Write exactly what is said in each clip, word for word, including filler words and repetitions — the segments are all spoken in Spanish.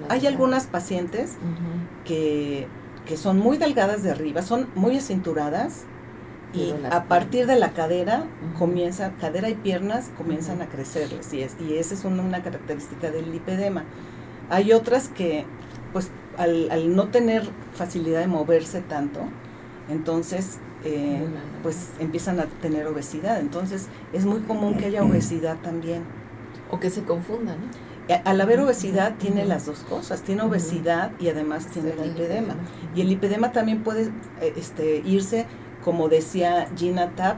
Hay algunas pacientes uh-huh. que, que son muy delgadas de arriba, son muy acinturadas, y a partir de la cadera, uh-huh. comienza, cadera y piernas comienzan uh-huh. a crecerles, y, es, y esa es una, una característica del lipedema. Hay otras que, pues, al, al no tener facilidad de moverse tanto, entonces, eh, pues, empiezan a tener obesidad. Entonces, es muy común que haya obesidad también. O que se confundan, ¿no? Al haber obesidad, uh-huh. tiene las dos cosas, tiene obesidad uh-huh. y además tiene el lipedema. Uh-huh. Y el lipedema también puede este, irse, como decía Gina Tapp,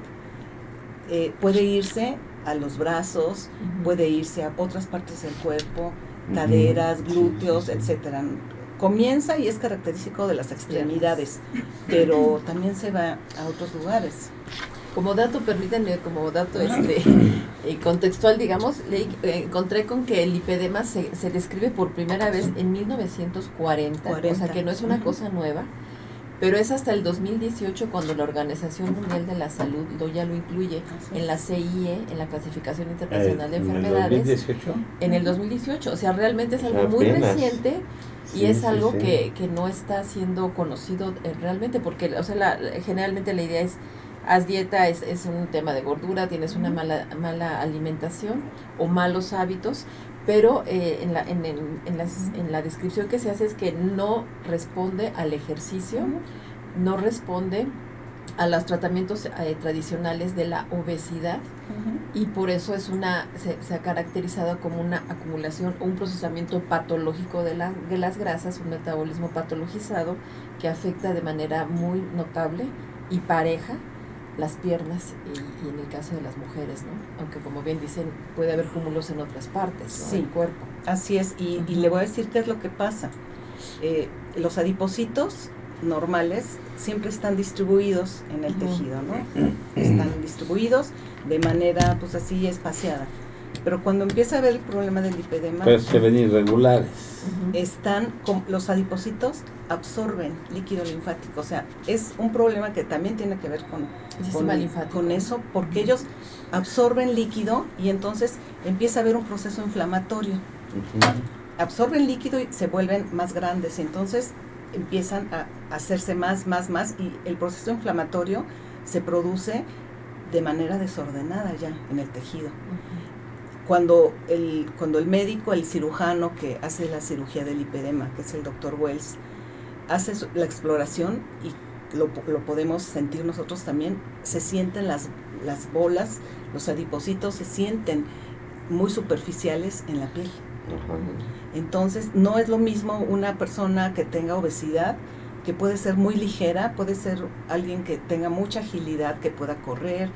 eh, puede irse a los brazos, uh-huh. puede irse a otras partes del cuerpo, caderas, uh-huh. glúteos, sí, sí, sí. etcétera. Comienza y es característico de las extremidades, pero también se va a otros lugares. Como dato, permítanme, como dato este eh, contextual, digamos, le, eh, encontré con que el lipedema se, se describe por primera vez en mil novecientos cuarenta, cuarenta. O sea que no es una uh-huh. cosa nueva. Pero es hasta el dos mil dieciocho cuando la Organización Mundial de la Salud lo, ya lo incluye ¿sí? en la C I E, en la Clasificación Internacional eh, de Enfermedades. ¿En el dos mil dieciocho? En el dos mil dieciocho, o sea, realmente es algo o sea, muy apenas. reciente y sí, es sí, algo sí. Que, que no está siendo conocido eh, realmente, porque, o sea, la, generalmente la idea es, haz dieta, es, es un tema de gordura, tienes una mala, mala alimentación o malos hábitos, pero eh, en, la, en, en, en, las, en la descripción que se hace es que no responde al ejercicio, uh-huh. no responde a los tratamientos eh, tradicionales de la obesidad uh-huh. y por eso es una se, se ha caracterizado como una acumulación o un procesamiento patológico de, la, de las grasas, un metabolismo patologizado que afecta de manera muy notable y pareja las piernas y, y en el caso de las mujeres, ¿no? Aunque como bien dicen, puede haber cúmulos en otras partes, ¿no? Sí, del cuerpo. Así es, y, uh-huh. y le voy a decir qué es lo que pasa. Eh, los adipocitos normales siempre están distribuidos en el uh-huh. tejido, ¿no? Están distribuidos de manera, pues así, espaciada. Pero cuando empieza a haber el problema del lipedema, pues se ven irregulares. Uh-huh. Están, con, los adipocitos absorben líquido linfático, o sea, es un problema que también tiene que ver con, con, con eso, porque ellos absorben líquido y entonces empieza a haber un proceso inflamatorio. Uh-huh. Absorben líquido y se vuelven más grandes, y entonces empiezan a hacerse más, más, más, y el proceso inflamatorio se produce de manera desordenada ya en el tejido. Uh-huh. Cuando el, cuando el médico, el cirujano que hace la cirugía del lipedema, que es el doctor Wells, hace su, la exploración, y lo, lo podemos sentir nosotros también, se sienten las, las bolas, los adipocitos se sienten muy superficiales en la piel. Uh-huh. Entonces, no es lo mismo una persona que tenga obesidad, que puede ser muy ligera, puede ser alguien que tenga mucha agilidad, que pueda correr,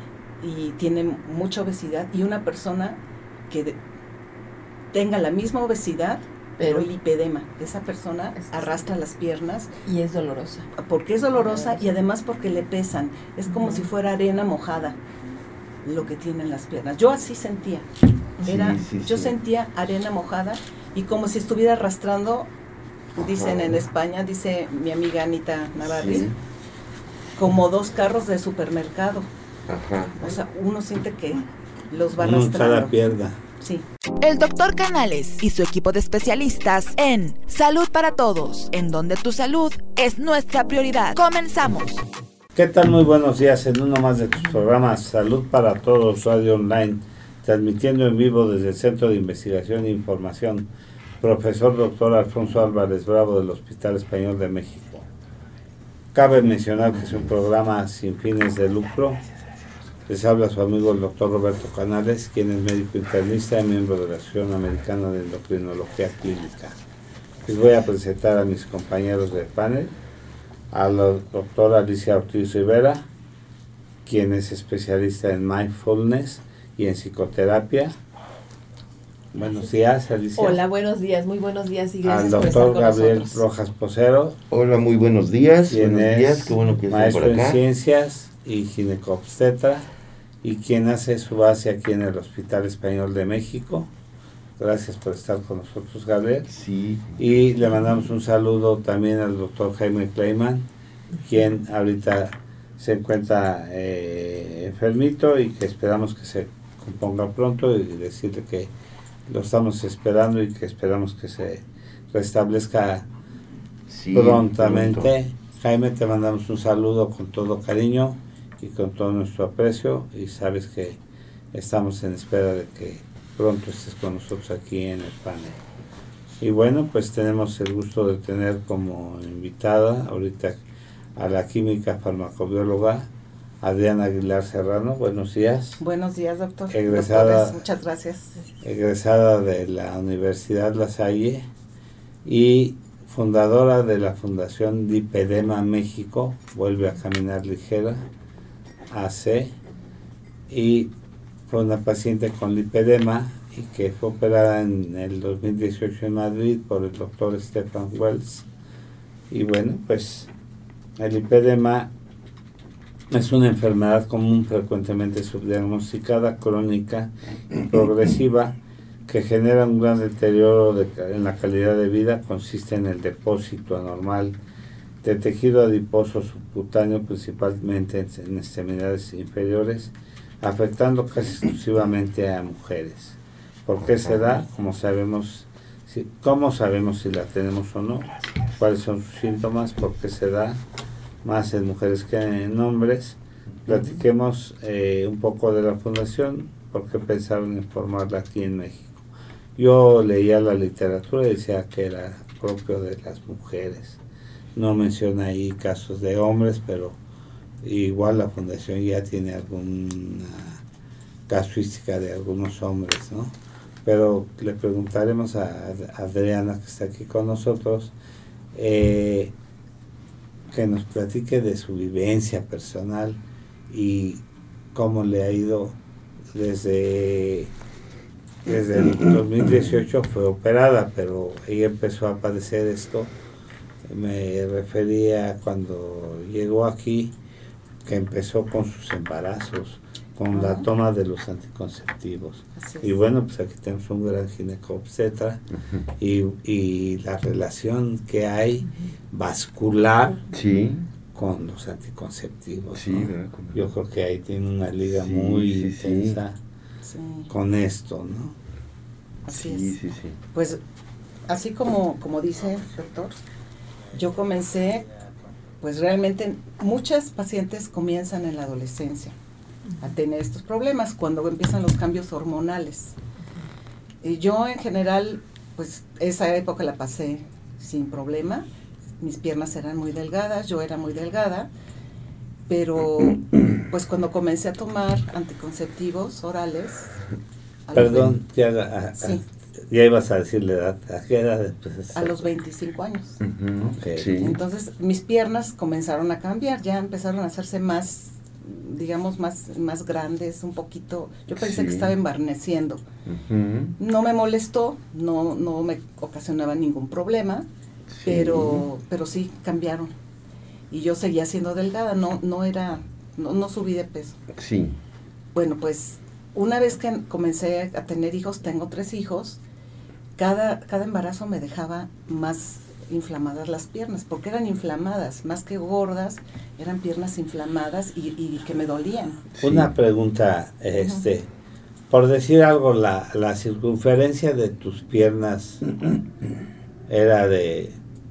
y tiene mucha obesidad, y una persona que de, tenga la misma obesidad pero el lipedema, esa persona arrastra las piernas y es dolorosa porque es dolorosa, dolorosa. Y además porque le pesan, es como uh-huh. si fuera arena mojada lo que tienen las piernas. Yo así sentía, era, sí, sí, yo sí. sentía arena mojada y como si estuviera arrastrando, dicen uh-huh. en España, dice mi amiga Anita Navarri, sí. como dos carros de supermercado. Ajá. O sea, uno siente que los va uno arrastrando. Cada pierna. Sí. El doctor Canales y su equipo de especialistas en Salud para Todos, en donde tu salud es nuestra prioridad. Comenzamos. ¿Qué tal? Muy buenos días en uno más de tus programas Salud para Todos Radio Online, transmitiendo en vivo desde el Centro de Investigación e Información, profesor doctor Alfonso Álvarez Bravo del Hospital Español de México. Cabe mencionar que es un programa sin fines de lucro. Les habla su amigo el doctor Roberto Canales, quien es médico internista y miembro de la Asociación Americana de Endocrinología Clínica. Les voy a presentar a mis compañeros de panel, a la doctora Alicia Ortiz Rivera, quien es especialista en mindfulness y en psicoterapia. Buenos días, Alicia. Hola, buenos días, muy buenos días y gracias por estar con nosotros. Al doctor Gabriel Rojas Posero. Hola, muy buenos días. Quien buenos es días, qué bueno que estén por acá. Maestro en Ciencias y ginecobstetra, y quien hace su base aquí en el Hospital Español de México. Gracias por estar con nosotros, Gabriel. Sí. Y le mandamos un saludo también al doctor Jaime Kleiman, quien ahorita se encuentra eh, enfermito y que esperamos que se componga pronto, y decirle que lo estamos esperando y que esperamos que se restablezca sí, prontamente. Pronto. Jaime, te mandamos un saludo con todo cariño y con todo nuestro aprecio, y sabes que estamos en espera de que pronto estés con nosotros aquí en el panel. Y bueno, pues tenemos el gusto de tener como invitada ahorita a la química farmacobióloga Adriana Aguilar Serrano. Buenos días. Buenos días, doctor. Egresada, Doctores, muchas gracias. Egresada de la Universidad La Salle y fundadora de la Fundación Lipedema México, Vuelve a Caminar Ligera, A C, y fue una paciente con lipedema y que fue operada en el dos mil dieciocho en Madrid por el doctor Stefan Wells. Y bueno, pues el lipedema es una enfermedad común, frecuentemente subdiagnosticada, crónica y progresiva, que genera un gran deterioro de, en la calidad de vida. Consiste en el depósito anormal de tejido adiposo subcutáneo, principalmente en, en extremidades inferiores, afectando casi exclusivamente a mujeres. ¿Por qué se da? Como sabemos, si, ¿Cómo sabemos si la tenemos o no? ¿Cuáles son sus síntomas? ¿Por qué se da? Más en mujeres que en hombres. Platiquemos eh, un poco de la fundación, por qué pensaron en formarla aquí en México. Yo leía la literatura y decía que era propio de las mujeres. No menciona ahí casos de hombres, pero igual la fundación ya tiene alguna casuística de algunos hombres, ¿no? Pero le preguntaremos a Adriana, que está aquí con nosotros, eh, que nos platique de su vivencia personal y cómo le ha ido desde... Desde el dos mil dieciocho fue operada, pero ella empezó a padecer esto. Me refería cuando llegó aquí, que empezó con sus embarazos, con la toma de los anticonceptivos. Y bueno, pues aquí tenemos un gran ginecobstetra, y, y la relación que hay vascular sí. con los anticonceptivos. Sí, ¿no? Yo creo que ahí tiene una liga sí, muy sí, intensa. Sí. Sí. Con esto, ¿no? Así sí, es. Sí, sí. Pues así como, como dice el doctor, yo comencé, pues realmente muchas pacientes comienzan en la adolescencia a tener estos problemas cuando empiezan los cambios hormonales. Y yo en general, pues esa época la pasé sin problema. Mis piernas eran muy delgadas, yo era muy delgada, pero pues cuando comencé a tomar anticonceptivos orales... Perdón, ya, a, a, sí. ya ibas a decir la edad, ¿a qué edad empezaste? A los veinticinco años. Uh-huh, okay. Sí. Entonces mis piernas comenzaron a cambiar, ya empezaron a hacerse más, digamos, más, más grandes, un poquito. Yo pensé sí. que estaba embarneciendo. Uh-huh. No me molestó, no, no me ocasionaba ningún problema, sí. pero, pero sí cambiaron. Y yo seguía siendo delgada, no, no era, no, no subí de peso. Sí. Bueno, pues una vez que comencé a tener hijos, tengo tres hijos, cada, cada embarazo me dejaba más inflamadas las piernas, porque eran inflamadas, más que gordas, eran piernas inflamadas y, y que me dolían. Sí. Una pregunta, este, uh-huh. por decir algo, la, la circunferencia de tus piernas era de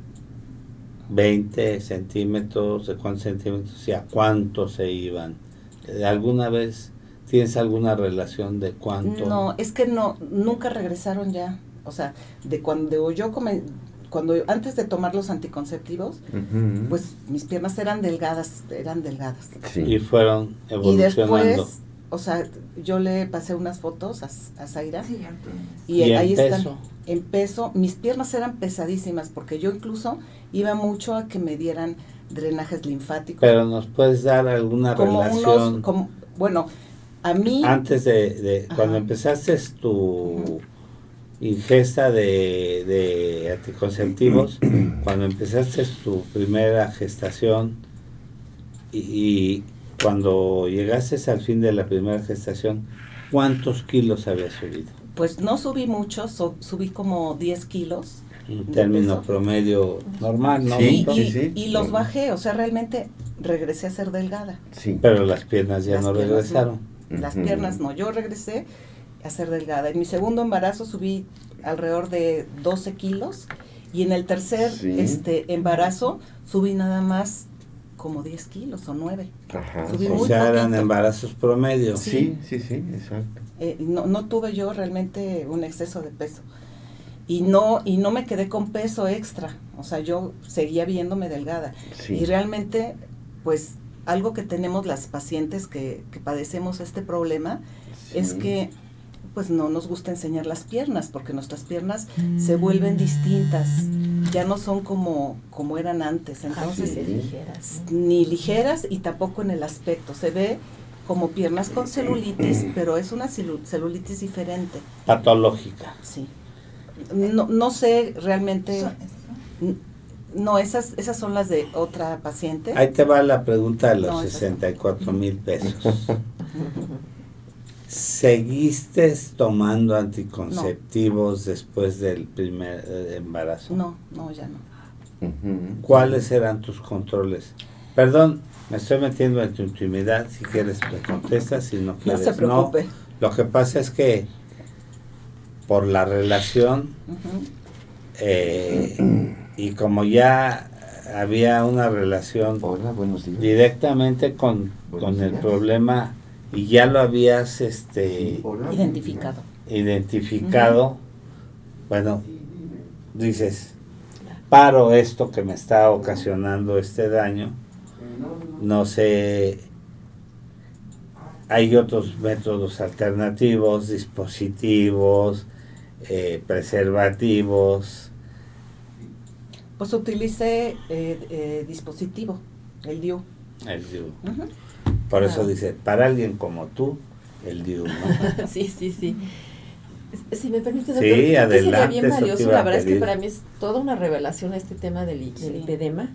veinte centímetros, ¿de cuántos centímetros y a cuánto se iban? ¿Alguna vez tienes alguna relación de cuánto? No, es que no, nunca regresaron ya. O sea, de cuando yo come, cuando antes de tomar los anticonceptivos, uh-huh. pues mis piernas eran delgadas, eran delgadas. Sí. Y fueron evolucionando. Y después, o sea, yo le pasé unas fotos a, a Zaira. Sí, y, y ahí en están. peso. En peso, mis piernas eran pesadísimas, porque yo incluso iba mucho a que me dieran drenajes linfáticos. Pero nos puedes dar alguna como relación. Unos, como, bueno, a mí. Antes de, de cuando empezaste tu uh-huh. ingesta de, de anticonceptivos, cuando empezaste tu primera gestación y, y cuando llegaste al fin de la primera gestación, ¿cuántos kilos habías subido? Pues no subí mucho, so, subí como diez kilos. Un término promedio normal, ¿no? Sí, y, sí, sí. y los bajé, o sea, realmente regresé a ser delgada. Sí. Pero las piernas ya las no piernas regresaron. No, las uh-huh. piernas no, yo regresé a ser delgada. En mi segundo embarazo subí alrededor de doce kilos Y en el tercer Sí. este embarazo subí nada más como diez kilos o nueve. Ajá. Subí O muy sea, eran poquito. embarazos promedio. Sí, sí, sí, exacto. Eh, no, no tuve yo realmente un exceso de peso. Y no, y no me quedé con peso extra. O sea, yo seguía viéndome delgada. Sí. Y realmente, pues, algo que tenemos las pacientes que, que padecemos este problema Sí. es que pues no nos gusta enseñar las piernas, porque nuestras piernas se vuelven distintas, ya no son como, como eran antes, entonces Así de ligeras, ¿no? ni ligeras y tampoco en el aspecto, se ve como piernas con celulitis, pero es una celu- celulitis diferente. Patológica. Sí. No, no sé realmente, n- no, esas, esas son las de otra paciente. Ahí te va la pregunta de los No, esas no. sesenta y cuatro mil pesos. ¿Seguiste tomando anticonceptivos después del primer eh, embarazo? No, no, ya no. Ujú. ¿Cuáles eran tus controles? Perdón, me estoy metiendo en tu intimidad. Si quieres, me contestas. Si no No quieres, se preocupe. Lo que pasa es que por la relación Ujú. eh, y como ya había una relación Hola, buenos días. directamente con, Buenos con el días. problema y ya lo habías este Hola. Identificado. identificado, bueno, dices, paro esto que me está ocasionando este daño, no sé, hay otros métodos alternativos, dispositivos, eh, preservativos. Pues utilicé eh, eh, dispositivo, el D I U. El D I U. Ujú. Por eso Claro. dice, para alguien como tú, el D I U, ¿no? Sí, sí, sí. Si me permite, Sí, doctor, creo que sería adelante, bien eso te valioso. iba La a verdad es que pedir. para mí es toda una revelación este tema del, del Sí. lipedema,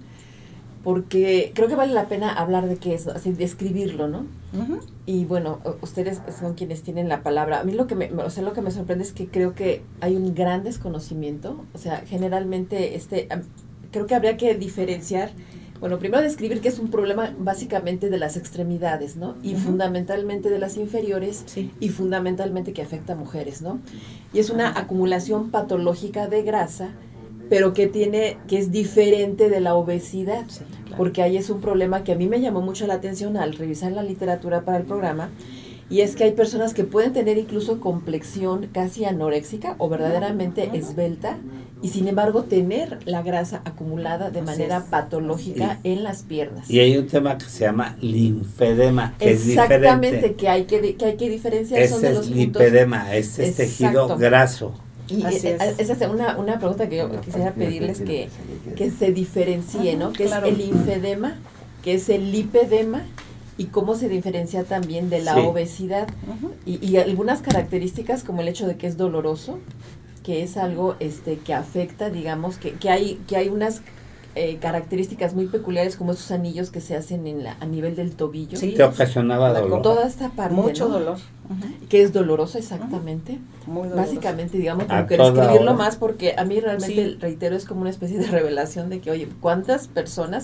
porque creo que vale la pena hablar de qué es, así describirlo, ¿no? Ujú. Y bueno, u- ustedes son quienes tienen la palabra. A mí lo que me, o sea, lo que me sorprende es que creo que hay un gran desconocimiento. O sea, generalmente este, am- creo que habría que diferenciar. Bueno, primero describir que es un problema básicamente de las extremidades, ¿no? Y Ujú. fundamentalmente de las inferiores Sí. y fundamentalmente que afecta a mujeres, ¿no? Y es una acumulación patológica de grasa, pero que tiene, que es diferente de la obesidad, Sí, claro. porque ahí es un problema que a mí me llamó mucho la atención al revisar la literatura para el programa, y es que hay personas que pueden tener incluso complexión casi anoréxica o verdaderamente esbelta, y sin embargo tener la grasa acumulada de Así manera es. patológica en las piernas. Y hay un tema que se llama linfedema, que es Exactamente, diferente. que hay que, di- que hay que diferenciar. Son Ese de es los puntos. lipedema, este es tejido Exacto. graso. Y Así eh, es. esa es una, una pregunta que yo quisiera pedirles que, que se diferencie, ¿no? Ajá, Que claro. es el linfedema, que es el lipedema, y cómo se diferencia también de la Sí. obesidad. Ujú. Y, y algunas características como el hecho de que es doloroso, que es algo este que afecta, digamos, que, que hay que hay unas eh, características muy peculiares como esos anillos que se hacen en la, a nivel del tobillo. Sí. Te ocasionaba La dolor. Toda esta parte, Mucho ¿no? dolor. Ujú. Que es doloroso exactamente. Muy doloroso. Básicamente, digamos, A como que toda describirlo hora. más, porque a mí realmente, Sí. reitero, es como una especie de revelación de que, oye, ¿cuántas personas?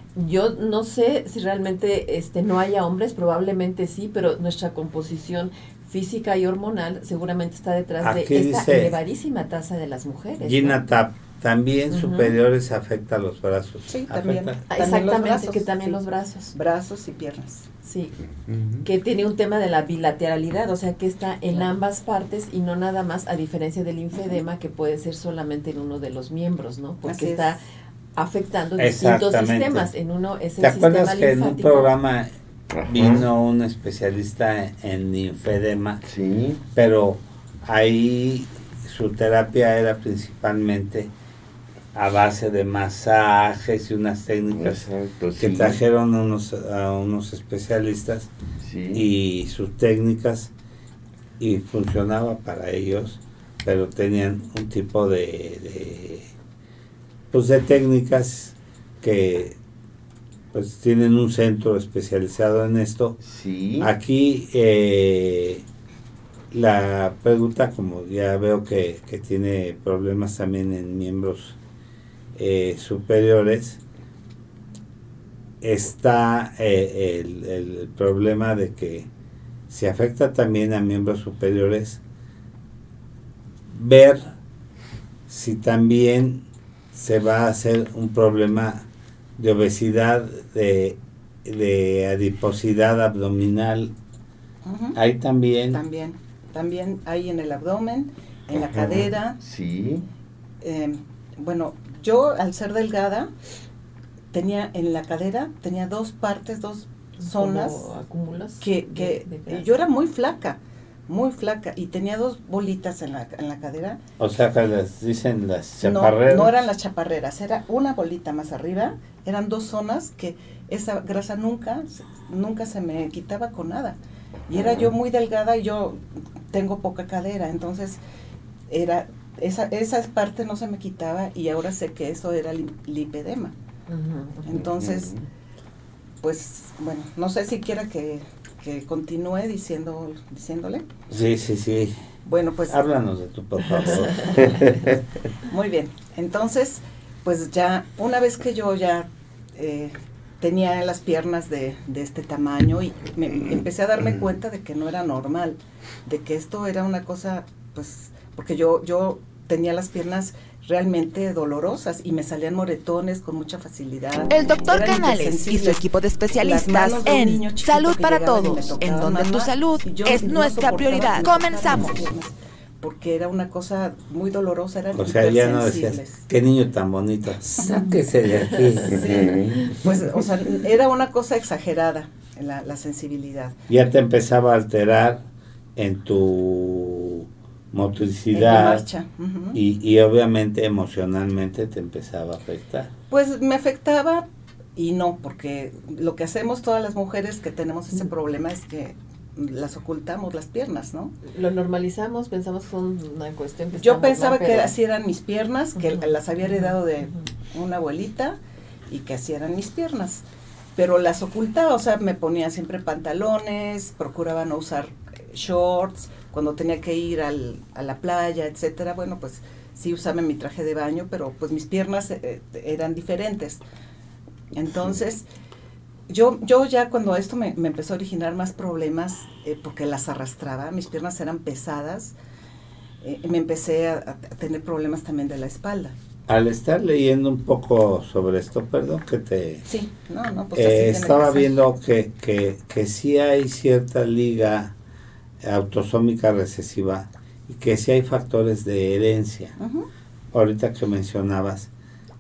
Yo no sé si realmente este no haya hombres, probablemente sí, pero nuestra composición física y hormonal seguramente está detrás Aquí de esta dice elevadísima tasa de las mujeres. Gina ¿no? Tap, también Ujú. superiores afecta a los brazos. Sí, Afecta. también. Ah, También los exactamente, brazos, que también sí. los brazos. Brazos y piernas. Sí, Ujú. que tiene un tema de la bilateralidad, o sea que está en Claro. ambas partes y no nada más, a diferencia del linfedema, que puede ser solamente en uno de los miembros, ¿no? Porque Así es. está afectando distintos Exactamente. sistemas. En uno es el ¿Te acuerdas sistema que en un linfático. programa Ajá. vino un especialista en linfedema, Sí. pero ahí su terapia era principalmente a base de masajes y unas técnicas Exacto, que sí. trajeron unos, a unos especialistas Sí. y sus técnicas, y funcionaba para ellos, pero tenían un tipo de, de pues de técnicas que pues tienen un centro especializado en esto. Sí. Aquí eh, la pregunta, como ya veo que, que tiene problemas también en miembros eh, superiores, está eh, el, el problema de que si afecta también a miembros superiores, ver si también se va a hacer un problema de obesidad, de, de adiposidad abdominal. Uh-huh. Hay también... También, también hay en el abdomen, en la uh-huh. cadera. Sí. Eh, bueno, yo al ser delgada, tenía en la cadera, tenía dos partes, dos zonas que, que de, de yo era muy flaca, muy flaca, y tenía dos bolitas en la, en la cadera. O sea, que les dicen las chaparreras. No, no eran las chaparreras, era una bolita más arriba, eran dos zonas que esa grasa nunca, nunca se me quitaba con nada. Y era yo muy delgada y yo tengo poca cadera, entonces era esa, esa parte no se me quitaba y ahora sé que eso era li, lipedema. Uh-huh. Entonces, pues, bueno, no sé si quiera que, que continúe diciendo, diciéndole. Sí, sí, sí. Bueno, pues. Háblanos de tu, por favor. Muy bien. Entonces, pues ya, una vez que yo ya eh, tenía las piernas de, de este tamaño y me, empecé a darme cuenta de que no era normal, de que esto era una cosa, pues, porque yo, yo tenía las piernas realmente dolorosas y me salían moretones con mucha facilidad. El doctor Canales y su equipo de especialistas en Salud para Todos, en donde tu salud es nuestra prioridad. Comenzamos. Porque era una cosa muy dolorosa, eran o sea, ya no decías, qué niño tan bonito, sáquese de aquí. Sí, pues, o sea, era una cosa exagerada, la, la sensibilidad. Ya te empezaba a alterar en tu motricidad, marcha. Uh-huh. y, y obviamente emocionalmente te empezaba a afectar. Pues me afectaba y no, porque lo que hacemos todas las mujeres que tenemos ese problema es que las ocultamos las piernas, ¿no? Lo normalizamos, pensamos que son una cuestión que yo pensaba mal, que pero... así eran mis piernas, que uh-huh. las había heredado de uh-huh. una abuelita y que así eran mis piernas, pero las ocultaba, o sea, me ponía siempre pantalones, procuraba no usar shorts, cuando tenía que ir al, a la playa, etcétera. Bueno, pues sí usaba mi traje de baño, pero pues mis piernas eh, eran diferentes. Entonces, yo yo ya cuando esto me, me empezó a originar más problemas, eh, porque las arrastraba, mis piernas eran pesadas, eh, me empecé a, a tener problemas también de la espalda. Al estar leyendo un poco sobre esto, perdón que te... Sí, no, no, pues eh, estaba viendo que, que, que sí hay cierta liga autosómica recesiva y que sí hay factores de herencia. Uh-huh. Ahorita que mencionabas,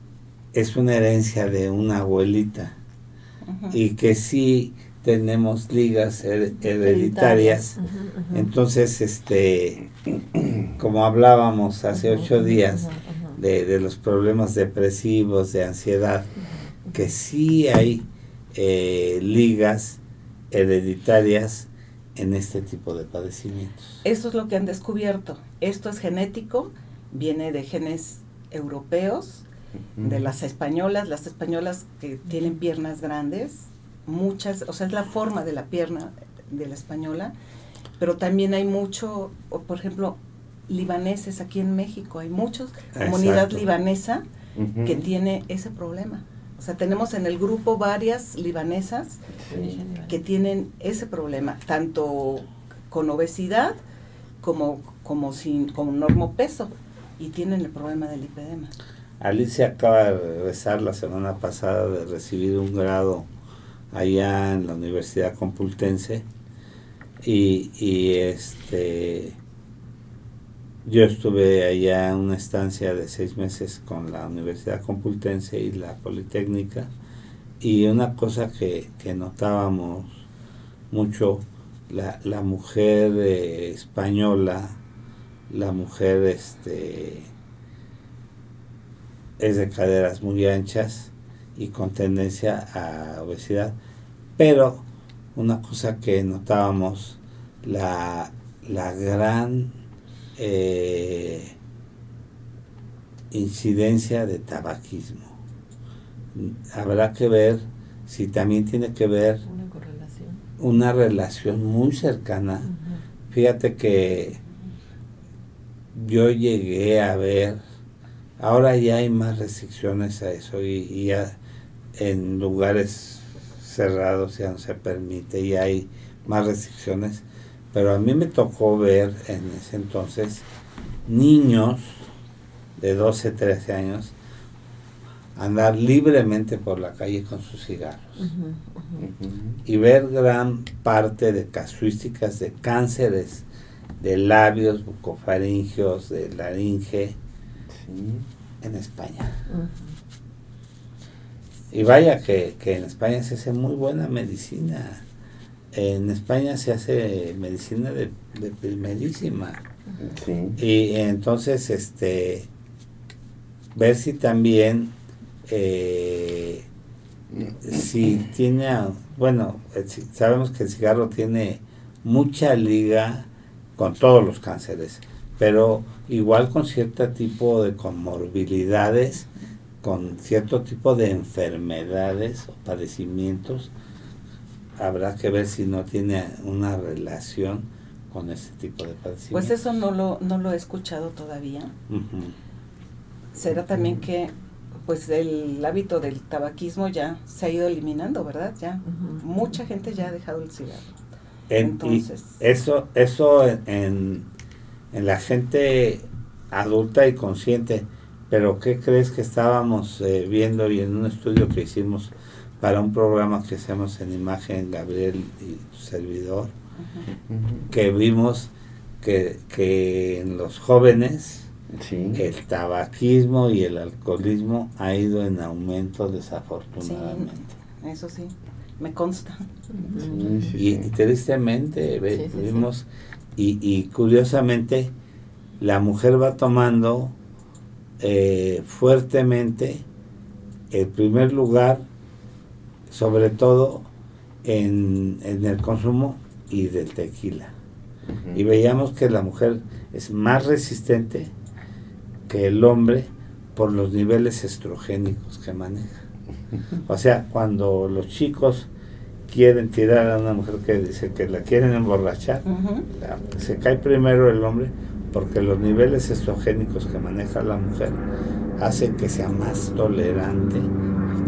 es una herencia de una abuelita uh-huh. y que sí tenemos ligas her- hereditarias. Uh-huh, uh-huh. Entonces, este, como hablábamos hace uh-huh, ocho días uh-huh, uh-huh. De, de los problemas depresivos, de ansiedad, uh-huh. que sí hay eh, ligas hereditarias en este tipo de padecimientos. Esto es lo que han descubierto. Esto es genético, viene de genes europeos, uh-huh. de las españolas, las españolas que tienen piernas grandes, muchas, o sea, es la forma de la pierna de la española, pero también hay mucho, o por ejemplo, libaneses aquí en México, hay muchos, comunidad Exacto. libanesa uh-huh. que tiene ese problema. O sea, tenemos en el grupo varias libanesas sí. que tienen ese problema, tanto con obesidad como, como sin con normopeso, y tienen el problema del lipedema. Alicia acaba de regresar la semana pasada de recibir un grado allá en la Universidad Complutense y, y este yo estuve allá en una estancia de seis meses con la Universidad Complutense y la Politécnica, y una cosa que, que notábamos mucho, la, la mujer eh, española, la mujer este es de caderas muy anchas y con tendencia a obesidad, pero una cosa que notábamos, la, la gran Eh, incidencia de tabaquismo. Habrá que ver si también tiene que ver una correlación, una relación muy cercana. Uh-huh. Fíjate que yo llegué a ver, ahora ya hay más restricciones a eso y, y ya en lugares cerrados ya no se permite y hay más restricciones. Pero a mí me tocó ver en ese entonces niños de doce, trece años andar libremente por la calle con sus cigarros. Uh-huh, uh-huh. Y ver gran parte de casuísticas de cánceres de labios, bucofaringeos, de laringe, sí, en España. Uh-huh. Y vaya que, que en España se hace muy buena medicina. En España se hace medicina de, de primerísima. Sí. Y entonces, este, ver si también, eh, si tiene, bueno, sabemos que el cigarro tiene mucha liga con todos los cánceres, pero igual con cierto tipo de comorbilidades, con cierto tipo de enfermedades o padecimientos, habrá que ver si no tiene una relación con ese tipo de padecimientos. Pues eso no lo no lo he escuchado todavía. Uh-huh. Será también uh-huh. que pues el hábito del tabaquismo ya se ha ido eliminando, ¿verdad? Ya uh-huh. mucha gente ya ha dejado el cigarro. En, Entonces, eso eso en, en la gente adulta y consciente. Pero ¿qué crees que estábamos eh, viendo y en un estudio que hicimos para un programa que hacemos en Imagen, Gabriel y tu servidor, uh-huh. que vimos que, que en los jóvenes sí. el tabaquismo y el alcoholismo ha ido en aumento desafortunadamente? Sí, eso sí, me consta. Sí, sí, y, sí. y tristemente ve, sí, sí, vimos, sí. Y, y curiosamente la mujer va tomando Eh, fuertemente el primer lugar, sobre todo en, en el consumo y del tequila. Uh-huh. Y veíamos que la mujer es más resistente que el hombre por los niveles estrogénicos que maneja. O sea, cuando los chicos quieren tirar a una mujer que dice que la quieren emborrachar, uh-huh. la, se cae primero el hombre, porque los niveles estrogénicos que maneja la mujer hacen que sea más tolerante al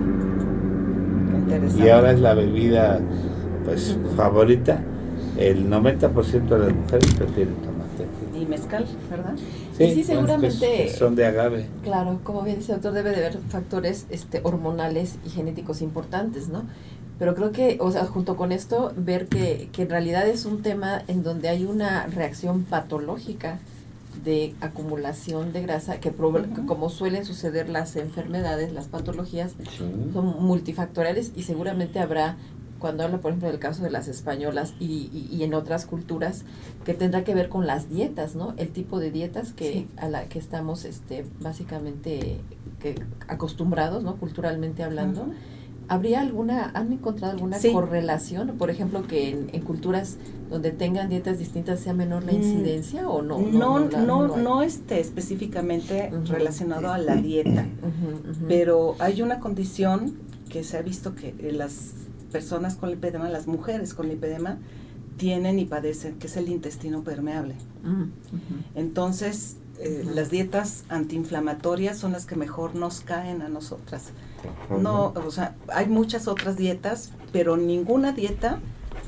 tequila. Y ahora es la bebida pues favorita. El noventa por ciento de las mujeres prefieren tomar tequila. Y mezcal, ¿verdad? Sí, y sí, seguramente. Pues, son de agave. Claro, como bien dice el doctor, debe de haber factores este, hormonales y genéticos importantes, ¿no? Pero creo que, o sea, junto con esto, ver que, que en realidad es un tema en donde hay una reacción patológica de acumulación de grasa, que, prob- uh-huh. que como suelen suceder las enfermedades, las patologías, sí. son multifactoriales y seguramente habrá, cuando habla, por ejemplo, del caso de las españolas y, y, y en otras culturas, que tendrá que ver con las dietas, ¿no? El tipo de dietas que sí. a la que estamos este, básicamente que acostumbrados, ¿no? Culturalmente hablando. Uh-huh. ¿Habría alguna, han encontrado alguna sí. correlación? Por ejemplo, que en, en culturas donde tengan dietas distintas sea menor la incidencia mm, o no? No, no, no, la, no, no, no este, específicamente uh-huh. relacionado a la dieta, uh-huh, uh-huh. pero hay una condición que se ha visto que las personas con lipedema, las mujeres con lipedema, tienen y padecen, que es el intestino permeable. Uh-huh. Entonces, eh, uh-huh. las dietas antiinflamatorias son las que mejor nos caen a nosotras. No, o sea, hay muchas otras dietas, pero ninguna dieta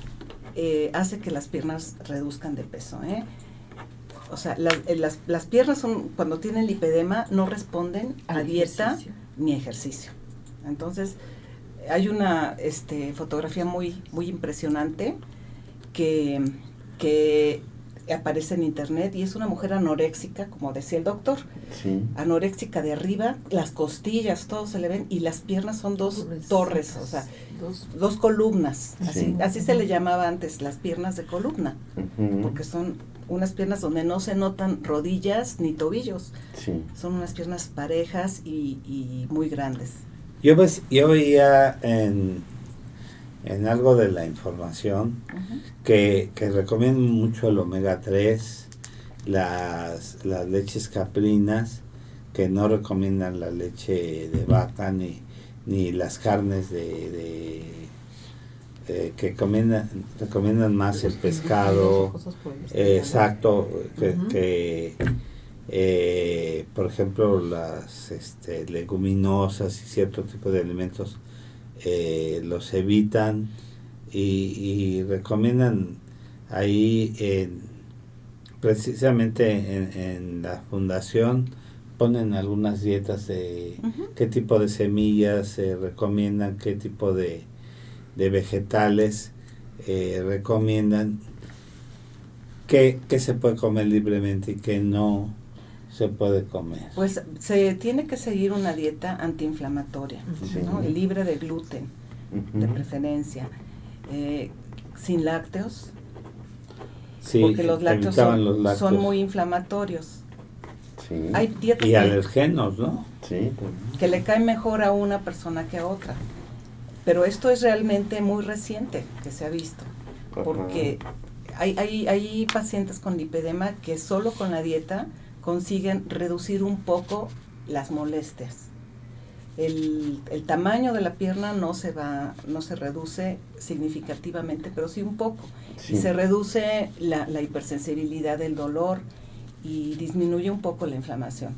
eh, hace que las piernas reduzcan de peso, ¿eh? O sea, las, eh, las, las piernas son, cuando tienen lipedema, no responden a Al dieta ejercicio. Ni ejercicio. Entonces, hay una este, fotografía muy, muy impresionante que, que aparece en internet y es una mujer anoréxica, como decía el doctor, sí. anoréxica de arriba, las costillas, todo se le ven y las piernas son dos torres, torres o sea, dos, dos columnas, sí. así, así se le llamaba antes, las piernas de columna, uh-huh. porque son unas piernas donde no se notan rodillas ni tobillos, sí. son unas piernas parejas y, y muy grandes. Yo, ves, yo veía en... en algo de la información, uh-huh. que, que recomiendan mucho el omega tres, las, las leches caprinas, que no recomiendan la leche de vaca ni, ni las carnes de, de eh, que recomiendan, recomiendan más el pescado, eh, exacto, que, uh-huh. que eh, por ejemplo las este, leguminosas y cierto tipo de alimentos Eh, los evitan y, y recomiendan ahí en, precisamente en, en la fundación ponen algunas dietas de uh-huh. qué tipo de semillas se recomiendan, qué tipo de, de vegetales eh, recomiendan, qué, qué se puede comer libremente y qué no se puede comer. Pues se tiene que seguir una dieta antiinflamatoria, sí. ¿no? Libre de gluten, uh-huh. de preferencia, eh, sin lácteos, sí, porque los lácteos son, los lácteos son muy inflamatorios. Sí. Hay dietas y que, alergenos, ¿no? Sí. que le caen mejor a una persona que a otra. Pero esto es realmente muy reciente que se ha visto, porque hay, hay, hay pacientes con lipedema que solo con la dieta consiguen reducir un poco las molestias. El, el tamaño de la pierna no se va, no se reduce significativamente, pero sí un poco. Sí. Y se reduce la, la hipersensibilidad del dolor y disminuye un poco la inflamación.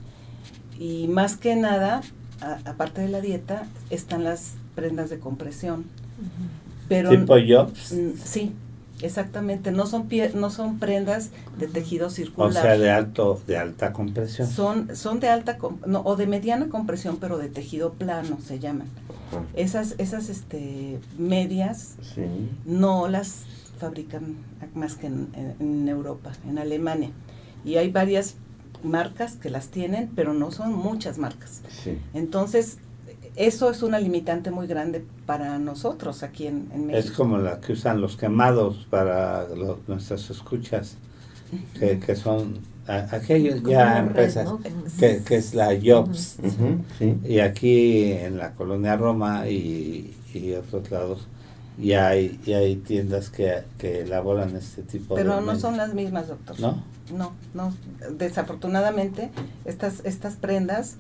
Y más que nada, a, aparte de la dieta, están las prendas de compresión. Uh-huh. Pero ¿tipo Jobs? Sí. Exactamente, no son pie, no son prendas de tejido circular. O sea, de alto, de alta compresión. Son, son de alta no, o de mediana compresión, pero de tejido plano se llaman. Uh-huh. Esas, esas este medias sí. no las fabrican más que en, en, en Europa, en Alemania. Y hay varias marcas que las tienen, pero no son muchas marcas. Sí. Entonces, eso es una limitante muy grande para nosotros aquí en, en México. Es como la que usan los quemados para los, nuestras escuchas, que, que son a, aquellos ya empresas, ¿no? que, que es la Jobs. Uh-huh, sí. Y aquí en la colonia Roma y, y otros lados ya hay, ya hay tiendas que, que elaboran este tipo Pero de... Pero no medios. son las mismas, doctor. ¿No? No, no. Desafortunadamente, estas, estas prendas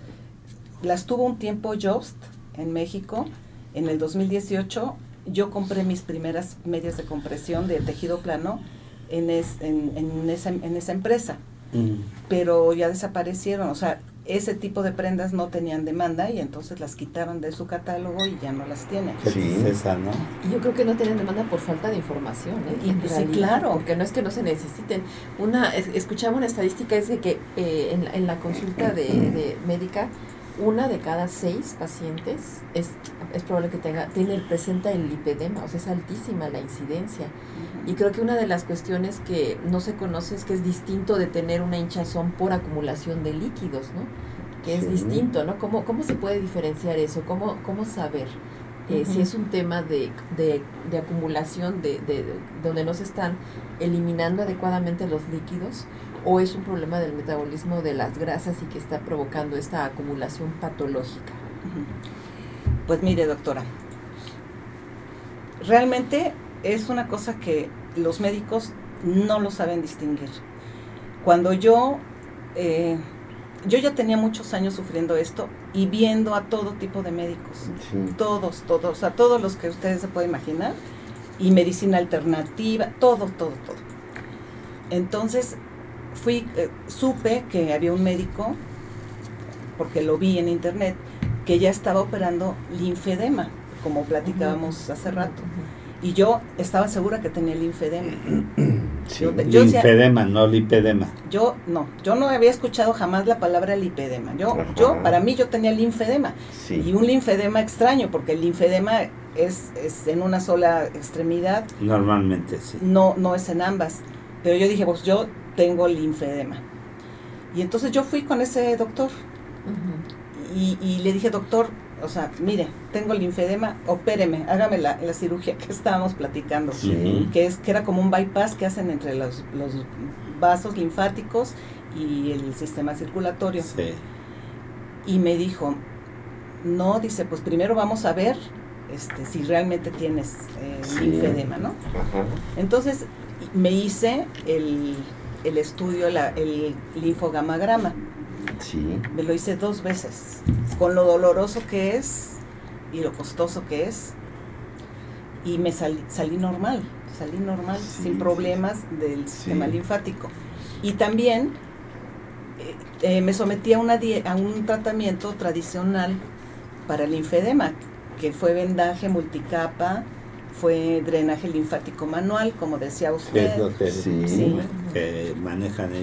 las tuvo un tiempo Jost en México. En el dos mil dieciocho yo compré mis primeras medias de compresión de tejido plano en, es, en, en, esa, en esa empresa, mm. pero ya desaparecieron. O sea, ese tipo de prendas no tenían demanda y entonces las quitaron de su catálogo y ya no las tienen. Sí, esa, ¿no? Yo creo que no tienen demanda por falta de información, ¿eh? En sí, realidad, claro. Porque no es que no se necesiten. Una, es, escuchaba una estadística, es de que eh, en, en la consulta de, de médica, una de cada seis pacientes es, es probable que tenga, tiene, presenta el lipedema, o sea, es altísima la incidencia. Uh-huh. Y creo que una de las cuestiones que no se conoce es que es distinto de tener una hinchazón por acumulación de líquidos, ¿no? Que es sí. distinto, ¿no? ¿Cómo, cómo se puede diferenciar eso? ¿Cómo, cómo saber eh, uh-huh. si es un tema de, de, de acumulación, de, de, de donde no se están eliminando adecuadamente los líquidos, o es un problema del metabolismo de las grasas y que está provocando esta acumulación patológica? Pues mire, doctora, realmente es una cosa que los médicos no lo saben distinguir. Cuando yo, eh, yo ya tenía muchos años sufriendo esto y viendo a todo tipo de médicos, sí. todos, todos, o sea, todos los que ustedes se pueden imaginar, y medicina alternativa, todo, todo, todo. Entonces, fui, eh, supe que había un médico, porque lo vi en internet, que ya estaba operando linfedema, como platicábamos uh-huh. hace rato. Uh-huh. Y yo estaba segura que tenía linfedema. Sí, yo, yo linfedema, decía, no lipedema. Yo no, yo no había escuchado jamás la palabra lipedema. Yo, yo para mí yo tenía linfedema. Sí. Y un linfedema extraño, porque el linfedema es, es en una sola extremidad. Normalmente, sí. No, no es en ambas. Pero yo dije, pues yo tengo linfedema. Y entonces yo fui con ese doctor uh-huh. y, y le dije, doctor, o sea, mire, tengo linfedema, opéreme, hágame la, la cirugía que estábamos platicando, sí. que es que era como un bypass que hacen entre los, los vasos linfáticos y el sistema circulatorio. Sí. Y me dijo, no, dice, pues primero vamos a ver este, si realmente tienes eh, sí. linfedema, ¿no? Ajá. Entonces me hice el, el estudio, la, el linfogamagrama. Sí. Me lo hice dos veces, con lo doloroso que es y lo costoso que es. Y me salí, salí normal, salí normal, sí, sin problemas del sistema sí. linfático. Y también eh, eh, me sometí a, una die- a un tratamiento tradicional para el linfedema, que fue vendaje multicapa, fue drenaje linfático manual, como decía usted. Es lo que, sí. Sí, que manejan ellos.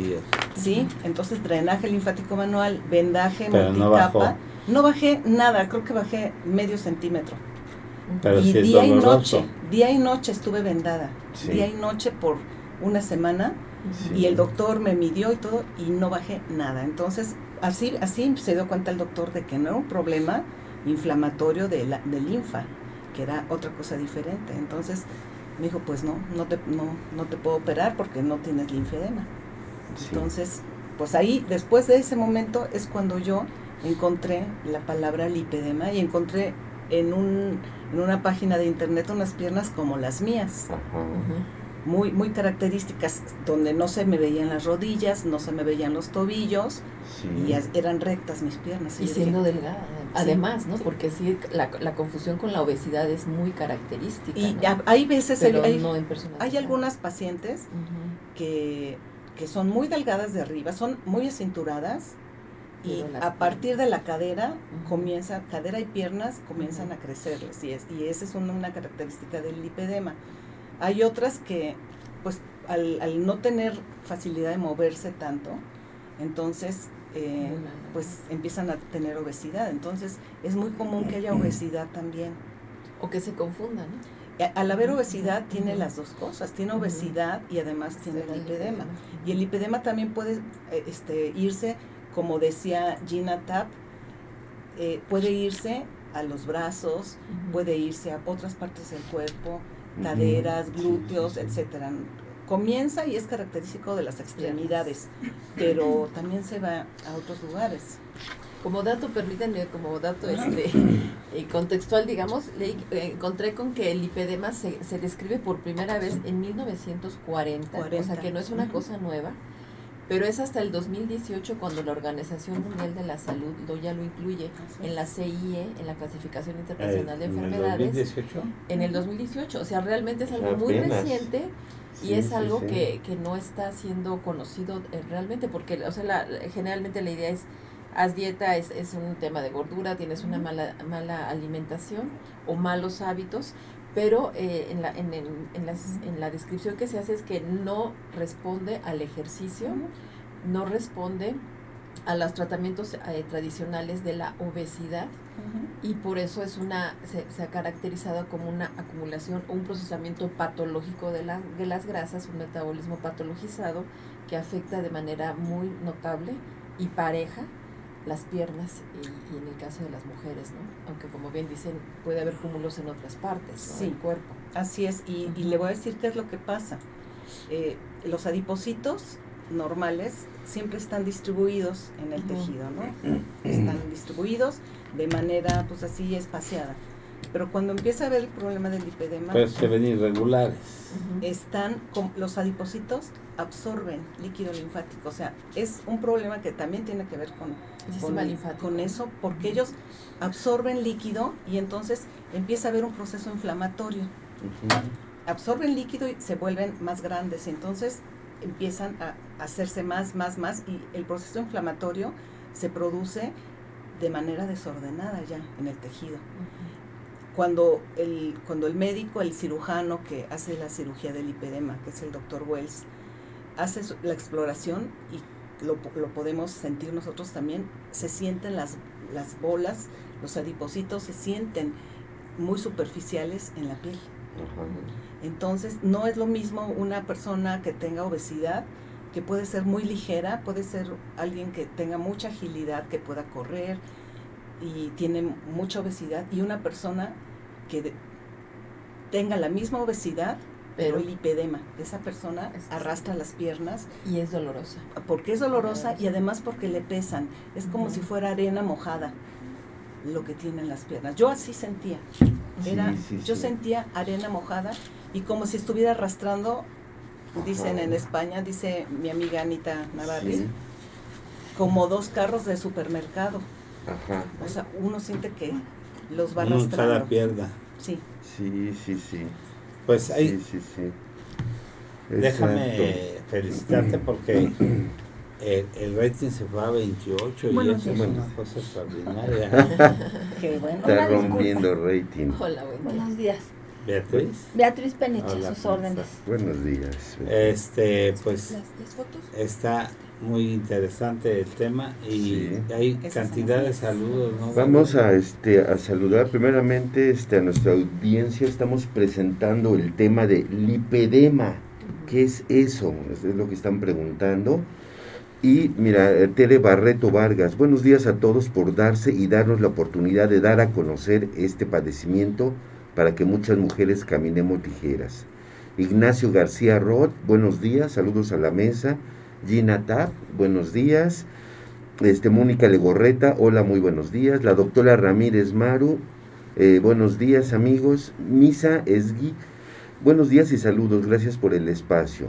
Sí, entonces drenaje linfático manual, vendaje, pero multicapa. No, no bajé nada, creo que bajé medio centímetro. Pero y sí día y doloroso. noche, día y noche estuve vendada, Sí. día y noche por una semana, Sí. y el doctor me midió y todo y no bajé nada. Entonces, así así se dio cuenta el doctor de que no era un problema inflamatorio de, la, de linfa, que era otra cosa diferente. Entonces me dijo, pues no, no te, no, no te puedo operar porque no tienes linfedema. Sí. Entonces, pues ahí, después de ese momento, es cuando yo encontré la palabra lipedema y encontré en, un, en una página de internet unas piernas como las mías, Ajá. muy, muy características, donde no se me veían las rodillas, no se me veían los tobillos, Sí. y as- eran rectas mis piernas. Y yo siendo dije, delgada, además, ¿no? Porque sí, la, la confusión con la obesidad es muy característica, y ¿no? a- hay veces, Pero hay, no en personas. hay algunas pacientes Ujú. que, que son muy delgadas de arriba, son muy acinturadas, y Pero las a partir de la cadera, Ujú. comienza, cadera y piernas comienzan Ujú. a crecerles, y, es, y esa es una, una característica del lipedema. Hay otras que, pues, al, al no tener facilidad de moverse tanto, entonces, eh, Una- pues, empiezan a tener obesidad. Entonces, es muy común que haya obesidad también. O que se confundan, ¿no? Y a- Al haber obesidad, tiene Ujú. las dos cosas, tiene Ujú. obesidad y además tiene Será el lipedema. lipedema. Y el lipedema también puede eh, este, irse, como decía Gina Tapp, eh, puede irse a los brazos, Ujú. puede irse a otras partes del cuerpo, Ujú. caderas, Sí, glúteos, sí, sí. etcétera. Comienza y es característico de las extremidades, pero también se va a otros lugares. Como dato, permítanme, como dato este eh, contextual, digamos, leí, eh, encontré con que el lipedema se, se describe por primera vez en mil novecientos cuarenta, cuarenta. o sea que no es una Ujú. cosa nueva, pero es hasta el dos mil dieciocho cuando la Organización Mundial de la Salud lo, ya lo incluye Así en la es. C I E, en la Clasificación Eh, Internacional de ¿en el Enfermedades, dos mil dieciocho? en el dos mil dieciocho, o sea, realmente es algo muy Apenas. reciente. Y Sí, es sí, algo sí. Que, que no está siendo conocido eh, realmente, porque, o sea, la, generalmente la idea es, haz dieta, es, es un tema de gordura, tienes una mala mala alimentación o malos hábitos, pero eh, en, la, en, en, en, las, en la descripción que se hace es que no responde al ejercicio, no responde a los tratamientos eh, tradicionales de la obesidad, Ujú. y por eso es una se, se ha caracterizado como una acumulación o un procesamiento patológico de, la, de las grasas, un metabolismo patologizado que afecta de manera muy notable y pareja las piernas y, y en el caso de las mujeres, ¿no? Aunque como bien dicen, puede haber cúmulos en otras partes, ¿no? Sí. del cuerpo. Así es, y, y Ujú. le voy a decir qué es lo que pasa. Eh, los adipocitos normales siempre están distribuidos en el Ujú. tejido, ¿no? Están distribuidos de manera, pues así, espaciada. Pero cuando empieza a haber el problema del lipedema, Pues se ven irregulares. Ujú. están, con, los adipocitos absorben líquido linfático. O sea, es un problema que también tiene que ver con, El sistema con, linfático. con eso, porque ellos absorben líquido y entonces empieza a haber un proceso inflamatorio. Ujú. Absorben líquido y se vuelven más grandes, entonces empiezan a hacerse más, más, más, y el proceso inflamatorio se produce de manera desordenada ya en el tejido. Ujú. Cuando el, cuando el médico, el cirujano que hace la cirugía del lipedema, que es el doctor Wells, hace su- la exploración, y lo, lo podemos sentir nosotros también, se sienten las, las bolas, los adipocitos se sienten muy superficiales en la piel. Ajá. Entonces, no es lo mismo una persona que tenga obesidad, que puede ser muy ligera, puede ser alguien que tenga mucha agilidad, que pueda correr y tiene mucha obesidad, y una persona que de- tenga la misma obesidad, pero, Pero- lipedema. Esa persona Es- arrastra las piernas Y es dolorosa. porque es dolorosa y además porque le pesan. Es como Ujú. si fuera arena mojada lo que tienen las piernas. Yo así sentía. Era, Sí, sí, yo sí. sentía arena mojada y como si estuviera arrastrando, dicen Ajá. en España, dice mi amiga Anita Navarri, Sí. como dos carros de supermercado. Ajá. O sea, uno siente que los va Uno en cada arrastrando. pierna. Sí. Sí, sí, sí. Pues ahí, Sí, sí, sí. déjame Exacto. felicitarte porque el, el rating se fue a veintiocho Bueno, y eso sí. es una cosa extraordinaria. Qué bueno. Está Una disculpa. rompiendo rating. Hola, buen día. Buenos días. Beatriz, Beatriz Peniche, Hola, sus ¿cómo órdenes. estás? Buenos días. este, pues Las, las fotos. está muy interesante el tema y sí. hay Esas cantidad de saludos, ¿no? Vamos a este a saludar primeramente este a nuestra audiencia. Estamos presentando el tema de lipedema. ¿Qué es eso? Es lo que están preguntando. Y mira, Tere Barreto Vargas, buenos días a todos por darse y darnos la oportunidad de dar a conocer este padecimiento para que muchas mujeres caminemos ligeras. Ignacio García Roth, buenos días, saludos a la mesa. Gina Tap, buenos días. Este, Mónica Legorreta, hola, muy buenos días. La doctora Ramírez Maru, eh, buenos días amigos. Misa Esgui, buenos días y saludos, gracias por el espacio.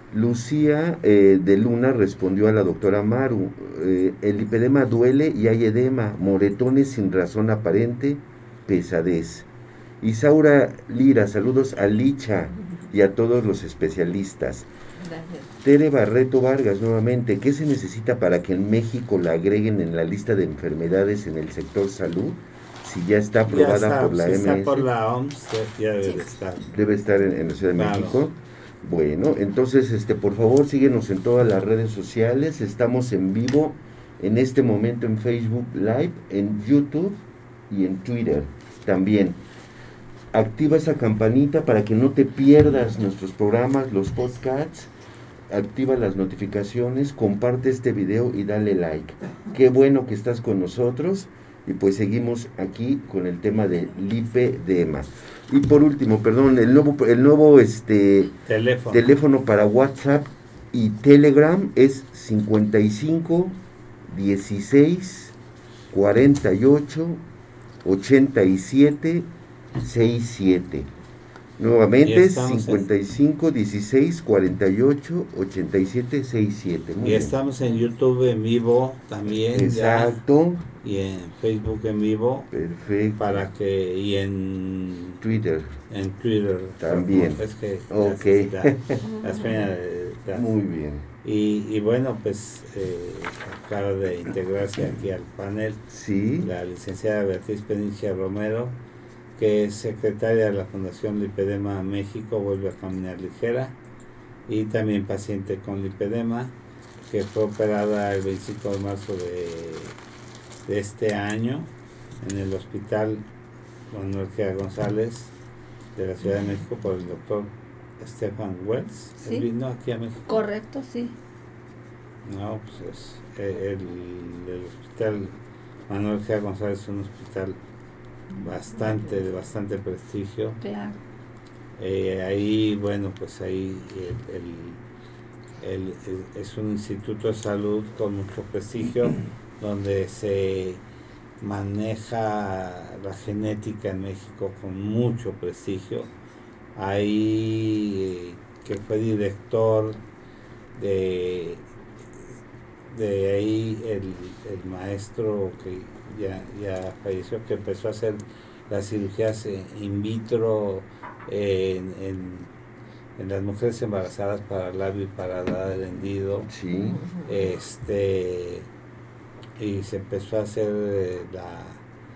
Lucía eh, de Luna respondió a la doctora Maru, eh, el lipedema duele y hay edema, moretones sin razón aparente, pesadez. Isaura Lira, saludos a Licha y a todos los especialistas. Gracias. Tere Barreto Vargas, nuevamente, ¿qué se necesita para que en México la agreguen en la lista de enfermedades en el sector salud? Si ya está aprobada ya está, por la si M S. Está por la O M S, ya debe sí. estar. Debe estar en, en la Ciudad de claro. México. Bueno, entonces, este, por favor, síguenos en todas las redes sociales. Estamos en vivo en este momento en Facebook Live, en YouTube y en Twitter también. Activa esa campanita para que no te pierdas nuestros programas, los podcasts. Activa las notificaciones, comparte este video y dale like. Qué bueno que estás con nosotros y pues seguimos aquí con el tema de lipedema. Y por último, perdón, el nuevo el nuevo este teléfono, teléfono para WhatsApp y Telegram es cincuenta y cinco, dieciséis, cuarenta y ocho, ochenta y siete, sesenta y siete. Nuevamente cincuenta y cinco, dieciséis, cuarenta y ocho, ochenta y siete, sesenta y siete. Muy y bien. Estamos en YouTube en vivo también. Exacto. Ya, y en Facebook en vivo. Perfecto. Para que, y en Twitter. En Twitter. También. Es que ok. La, las de, las, muy bien. Y, y bueno, pues eh, acaba de integrarse aquí al panel. Sí. La licenciada Beatriz Peniche Romero, que es secretaria de la Fundación Lipedema México, vuelve a caminar ligera, y también paciente con lipedema, que fue operada el veinticinco de marzo de, de este año en el Hospital Manuel G. González de la Ciudad de México por el doctor Stefan Wells. ¿Sí? ¿Él vino aquí a México? Correcto, sí. No, pues es, el, el Hospital Manuel G. González es un hospital bastante de bastante prestigio. Claro. Eh, ahí, bueno, pues ahí el, el, el, el, es un instituto de salud con mucho prestigio, donde se maneja la genética en México con mucho prestigio. Ahí, eh, que fue director de, de ahí el, el maestro que ya, ya falleció, que empezó a hacer las cirugías in vitro en, en, en las mujeres embarazadas para labio y para dar el hendido. Sí. Este, y se empezó a hacer la,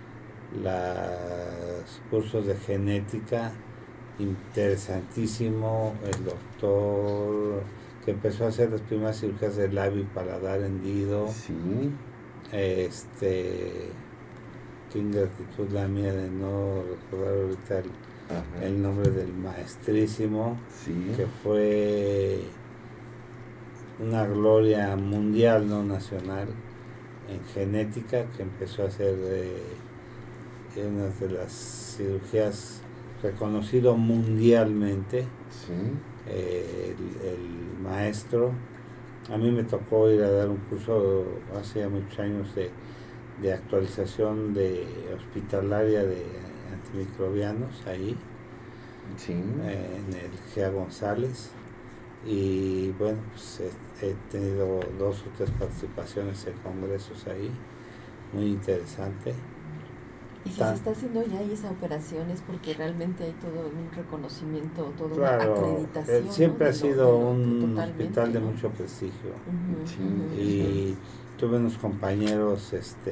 los cursos de genética, interesantísimo. El doctor que empezó a hacer las primeras cirugías de labio y para dar hendido. Sí. Este, qué ingratitud la mía de no recordar ahorita el, el nombre del maestrísimo, sí. que fue una gloria mundial, no nacional, en genética, que empezó a hacer eh, una de las cirugías reconocido mundialmente. Sí. eh, el, el maestro. A mí me tocó ir a dar un curso hace muchos años de, de actualización de hospitalaria de antimicrobianos ahí, sí. eh, en el G A González, y bueno, pues he, he tenido dos o tres participaciones en congresos ahí, muy interesante. Y si Tan, se está haciendo ya esa operación es porque realmente hay todo un reconocimiento, toda claro, una acreditación. Él siempre ¿no? ha sido lo, un hospital de ¿no? mucho prestigio. Uh-huh, sí. uh-huh. Y tuve unos compañeros este,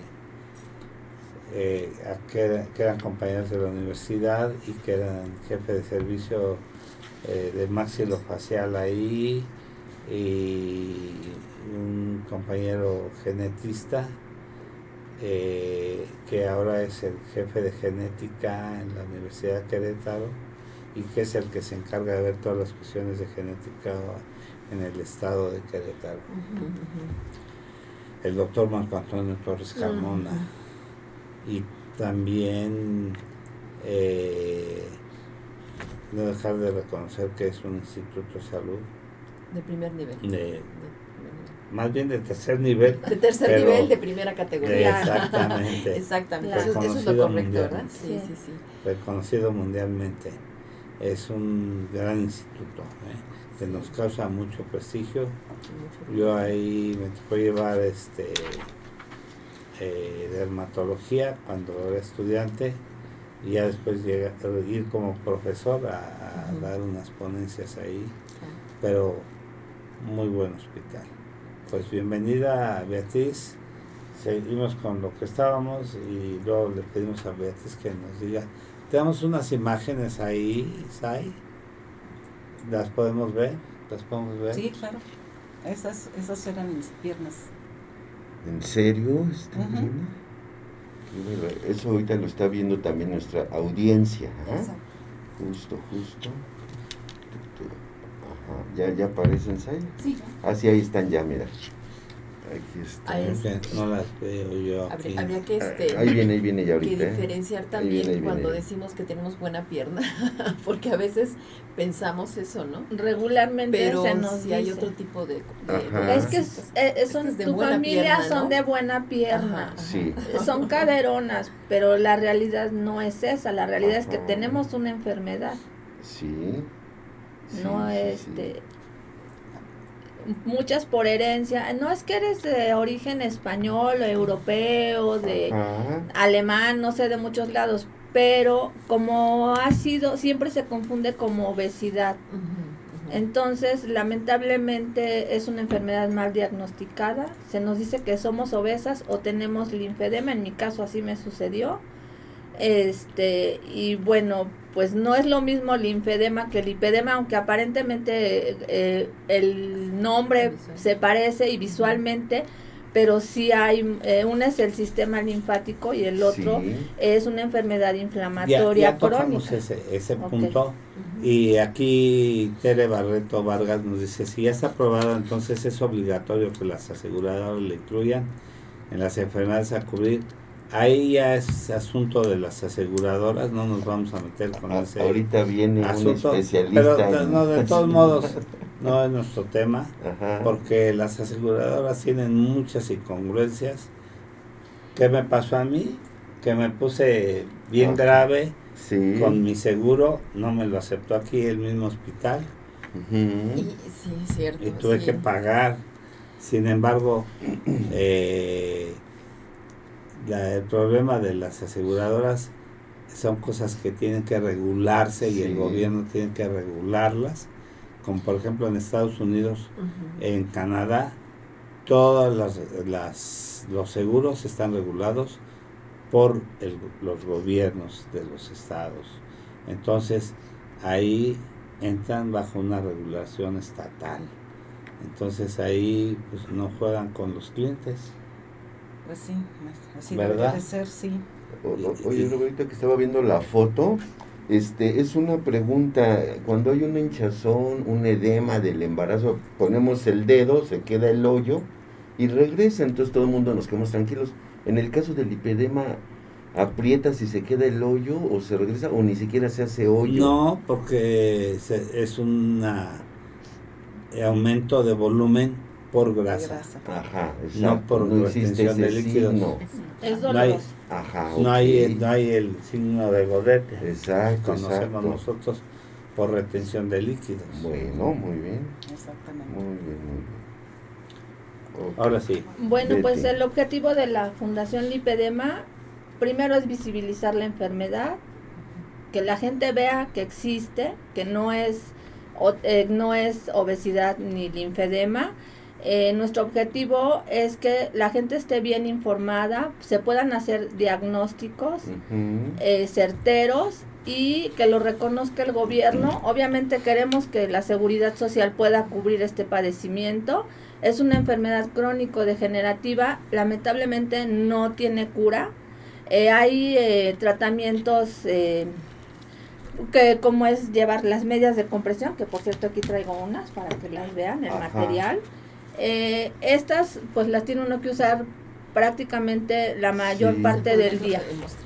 eh, que, que eran compañeros de la universidad y que eran jefe de servicio eh, de maxilofacial ahí, y, un compañero genetista eh, que ahora es el jefe de genética en la Universidad de Querétaro y que es el que se encarga de ver todas las cuestiones de genética en el estado de Querétaro. Uh-huh, uh-huh. El doctor Marco Antonio Torres Carmona. Uh-huh. Y también eh, no dejar de reconocer que es un instituto de salud de primer nivel. De, de más bien de tercer nivel. De tercer nivel, de primera categoría. Exactamente. Exactamente. Eso, eso es lo correcto, ¿verdad? Sí, sí, sí. Reconocido mundialmente. Es un gran instituto, ¿eh? que nos causa mucho prestigio. Mucho Yo ahí me tocó llevar este eh, dermatología cuando era estudiante y ya después llega, ir como profesor a, a uh-huh. dar unas ponencias ahí, uh-huh. pero muy buen hospital. Pues bienvenida, Beatriz. Seguimos con lo que estábamos y luego le pedimos a Beatriz que nos diga. Tenemos unas imágenes ahí, Sai. ¿Las podemos ver? ¿Las podemos ver? Sí, claro. Esas, esas eran mis piernas. ¿En serio? ¿Está uh-huh. bien? Eso ahorita lo está viendo también nuestra audiencia. ¿eh? Justo, justo. Ajá. ¿Ya, ya aparecen, Sai? Sí. Ah, sí, ahí están ya, mira. Aquí está. Ahí está. No las veo yo. Habría, habría que este ahí viene, ahí viene ya ahorita. Que diferenciar también ahí viene, ahí cuando viene. decimos que tenemos buena pierna, porque a veces pensamos eso, ¿no? Regularmente pero se nos si dice. hay otro tipo de, de, de es que es, eh, son, es que es de tu familia pierna, son ¿no? de buena pierna. Ajá, sí. Son caderonas, pero la realidad no es esa. La realidad ajá. es que tenemos una enfermedad. Sí. sí no sí, este. Sí. Muchas por herencia, no es que eres de origen español, europeo, de ajá. alemán, no sé, de muchos lados, pero como ha sido, siempre se confunde como obesidad. Uh-huh, uh-huh. Entonces, lamentablemente es una enfermedad mal diagnosticada, se nos dice que somos obesas o tenemos linfedema, en mi caso así me sucedió. Este, y bueno, pues no es lo mismo linfedema que lipedema, aunque aparentemente eh, el nombre se parece y visualmente, pero sí hay, eh, uno es el sistema linfático y el otro sí. es una enfermedad inflamatoria ya, ya crónica. ese, ese okay. punto, uh-huh. y aquí Tere Barreto Vargas nos dice, si ya está aprobado, entonces es obligatorio que las aseguradoras le incluyan en las enfermedades a cubrir. Ahí ya es asunto de las aseguradoras, no nos vamos a meter con a, ese ahorita viene asunto, un especialista. Pero en... no, de todos modos no es nuestro tema, ajá. porque las aseguradoras tienen muchas incongruencias. ¿Qué me pasó a mí? Que me puse bien ajá. grave sí. con mi seguro, no me lo aceptó aquí el mismo hospital. Uh-huh. Y, sí, es cierto. Y tuve sí. que pagar. Sin embargo, eh, La, el problema de las aseguradoras son cosas que tienen que regularse y sí. el gobierno tiene que regularlas, como por ejemplo en Estados Unidos, uh-huh. en Canadá, todos las, las, los seguros están regulados por el, los gobiernos de los estados. Entonces ahí entran bajo una regulación estatal. Entonces ahí pues no juegan con los clientes. Pues sí, así ¿verdad? Debe ser, sí. O, o, oye, Roberto, que estaba viendo la foto, este, es una pregunta, cuando hay una hinchazón, un edema del embarazo, ponemos el dedo, se queda el hoyo y regresa, entonces todo el mundo nos quedamos tranquilos. En el caso del lipedema, ¿aprietas y se queda el hoyo o se regresa o ni siquiera se hace hoyo? No, porque se, es un aumento de volumen por grasa. grasa. Ajá, exacto. No por no retención de líquidos. Signo. Es no hay, Ajá, okay. no, hay el, no hay el signo de Godete. Exacto, Conocemos exacto. nosotros por retención de líquidos. Bueno, muy bien. Exactamente. Muy bien, muy bien. Okay. Ahora sí. Bueno, Vete. pues el objetivo de la Fundación Lipedema, primero es visibilizar la enfermedad, que la gente vea que existe, que no es, o, eh, no es obesidad ni linfedema. Eh, nuestro objetivo es que la gente esté bien informada, se puedan hacer diagnósticos uh-huh. eh, certeros y que lo reconozca el gobierno. Obviamente queremos que la seguridad social pueda cubrir este padecimiento. Es una enfermedad crónico-degenerativa, lamentablemente no tiene cura. Eh, hay eh, tratamientos eh, que como es llevar las medias de compresión, que por cierto aquí traigo unas para que las vean, el Ajá. material. Eh, estas pues las tiene uno que usar prácticamente la mayor sí. parte del día.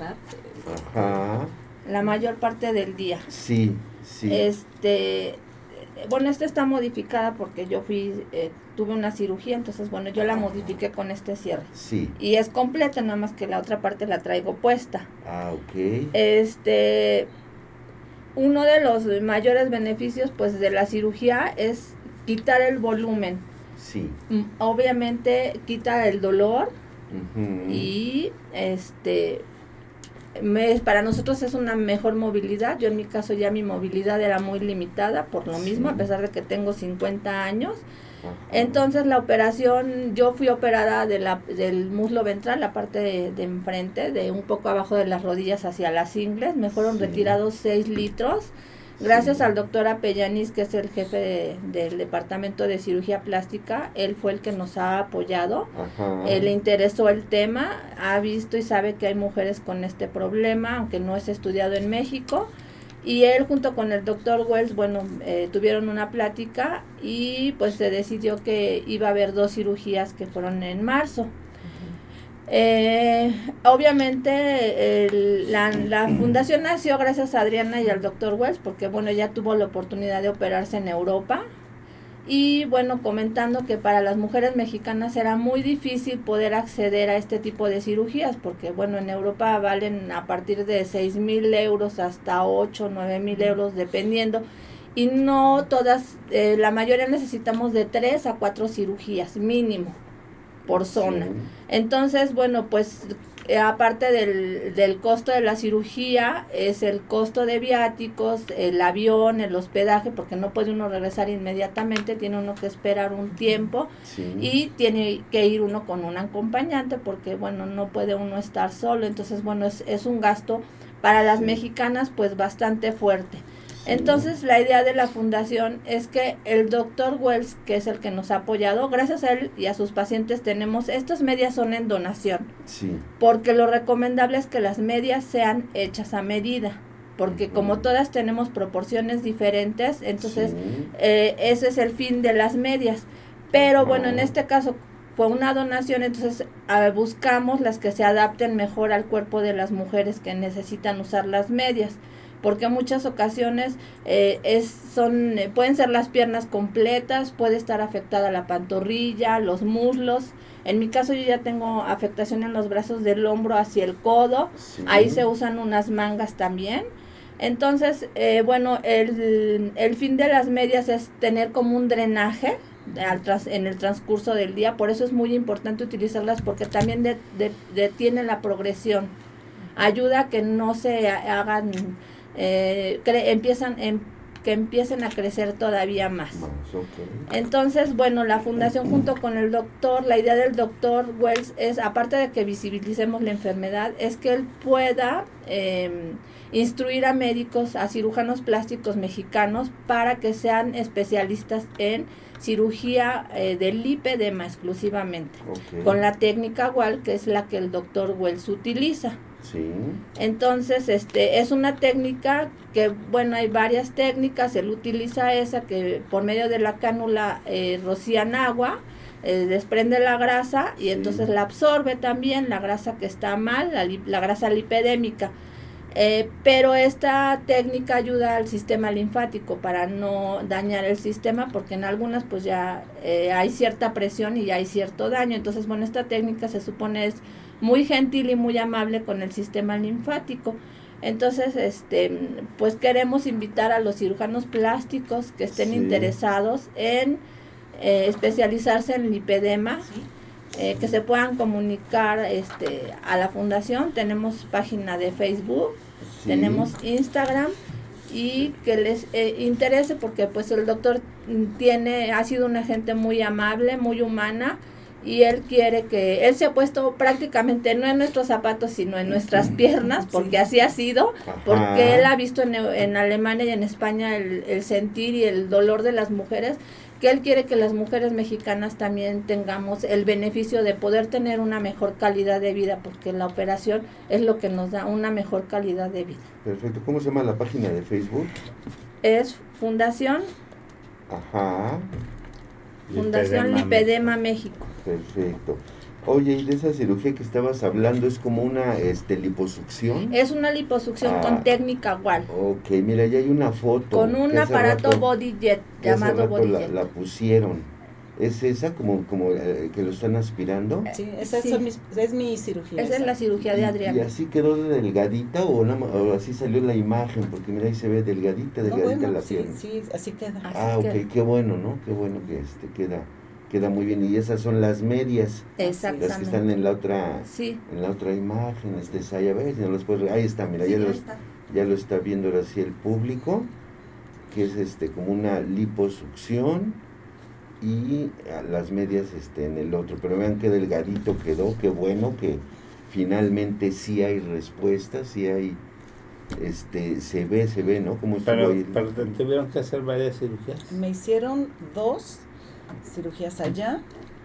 Ajá. La mayor parte del día. Sí, sí. Este, bueno, esta está modificada porque yo fui, eh, tuve una cirugía, entonces bueno, yo la modifiqué con este cierre. Sí. Y es completa, nada más que la otra parte la traigo puesta. Ah, ok. Este, uno de los mayores beneficios pues de la cirugía es quitar el volumen. Sí. Obviamente quita el dolor uh-huh. y este me, para nosotros es una mejor movilidad. Yo en mi caso ya mi movilidad era muy limitada por lo sí. mismo, a pesar de que tengo cincuenta años. Uh-huh. Entonces la operación, yo fui operada de la, del muslo ventral, la parte de, de enfrente, de un poco abajo de las rodillas hacia las ingles. Me fueron sí. retirados seis litros. Gracias sí. al doctor Apellanis, que es el jefe de, del departamento de cirugía plástica. Él fue el que nos ha apoyado. Eh, le interesó el tema, ha visto y sabe que hay mujeres con este problema, aunque no es estudiado en México. Y él junto con el doctor Wells, bueno, eh, tuvieron una plática y pues se decidió que iba a haber dos cirugías que fueron en marzo. Eh, obviamente el, la, la fundación nació gracias a Adriana y al doctor Wells, porque bueno, ya tuvo la oportunidad de operarse en Europa y bueno, comentando que para las mujeres mexicanas era muy difícil poder acceder a este tipo de cirugías, porque bueno, en Europa valen a partir de seis mil euros hasta ocho, nueve mil euros dependiendo, y no todas, eh, la mayoría necesitamos de tres a cuatro cirugías mínimo por zona. Sí. Entonces, bueno, pues eh, aparte del, del costo de la cirugía, es el costo de viáticos, el avión, el hospedaje, porque no puede uno regresar inmediatamente, tiene uno que esperar un tiempo sí. y tiene que ir uno con un acompañante, porque bueno, no puede uno estar solo. Entonces, bueno, es, es un gasto para las sí. mexicanas pues bastante fuerte. Entonces la idea de la fundación es que el doctor Wells, que es el que nos ha apoyado, gracias a él y a sus pacientes tenemos, estas medias son en donación, sí. porque lo recomendable es que las medias sean hechas a medida, porque uh-huh. como todas tenemos proporciones diferentes, entonces sí. eh, ese es el fin de las medias, pero uh-huh. bueno, en este caso fue una donación, entonces uh, buscamos las que se adapten mejor al cuerpo de las mujeres que necesitan usar las medias, porque en muchas ocasiones eh, es, son, eh, pueden ser las piernas completas, puede estar afectada la pantorrilla, los muslos. En mi caso yo ya tengo afectación en los brazos del hombro hacia el codo, sí. ahí se usan unas mangas también. Entonces, eh, bueno, el, el fin de las medias es tener como un drenaje al tras, en el transcurso del día, por eso es muy importante utilizarlas, porque también de, de, detiene la progresión, ayuda a que no se hagan... Eh, cre- empiezan em, que empiecen a crecer todavía más. Okay. Entonces, bueno, la fundación junto con el doctor, la idea del doctor Wells es, aparte de que visibilicemos la enfermedad, es que él pueda eh, instruir a médicos, a cirujanos plásticos mexicanos para que sean especialistas en cirugía eh, del lipedema exclusivamente, okay. con la técnica W A L, que es la que el doctor Wells utiliza. Sí. Entonces, este, es una técnica que, bueno, hay varias técnicas, él utiliza esa que por medio de la cánula eh, rocían agua, eh, desprende la grasa y sí. entonces la absorbe también, la grasa que está mal, la, la grasa lipedémica. Eh, pero esta técnica ayuda al sistema linfático para no dañar el sistema, porque en algunas pues ya eh, hay cierta presión y ya hay cierto daño. Entonces, bueno, esta técnica se supone es muy gentil y muy amable con el sistema linfático. Entonces, este, pues queremos invitar a los cirujanos plásticos que estén sí. interesados en eh, especializarse en lipedema, sí. eh, que se puedan comunicar este, a la fundación. Tenemos página de Facebook, sí. tenemos Instagram y que les eh, interese, porque pues el doctor tiene, ha sido una gente muy amable, muy humana, y él quiere que, él se ha puesto prácticamente no en nuestros zapatos, sino en nuestras piernas, porque sí. así ha sido, porque él ha visto en, en Alemania y en España el, el sentir y el dolor de las mujeres, que él quiere que las mujeres mexicanas también tengamos el beneficio de poder tener una mejor calidad de vida, porque la operación es lo que nos da una mejor calidad de vida. Perfecto. ¿Cómo se llama la página de Facebook? Es Fundación Ajá. Fundación Lipedema México. Perfecto. Oye, y de esa cirugía que estabas hablando, ¿es como una este, liposucción? Es una liposucción ah, con técnica W A L. Ok, mira, ya hay una foto. Con un aparato rato, Body Jet, llamado Body la, Jet. La pusieron. ¿Es esa como, como eh, que lo están aspirando? Sí, esa sí. Mis, es mi cirugía. Esa, esa es la cirugía de Adriana. ¿Y así quedó delgadita o, una, o así salió la imagen? Porque mira, ahí se ve delgadita, delgadita no, bueno, la sí, pierna. Sí, así queda. Así ah, queda. ok, qué bueno, ¿no? Qué bueno que este queda queda muy bien. Y esas son las medias. Exactamente. Las que están en la otra sí. en la otra imagen. Este, ahí, a ver, si no los puedes, ahí está, mira, sí, ya, ya, lo, está. ya lo está viendo ahora sí el público, que es este como una liposucción. Y las medias este en el otro, pero vean qué delgadito quedó, qué bueno que finalmente sí hay respuesta, sí hay, este, se ve, se ve, ¿no? Como pero, pero tuvieron que hacer varias cirugías. Me hicieron dos cirugías allá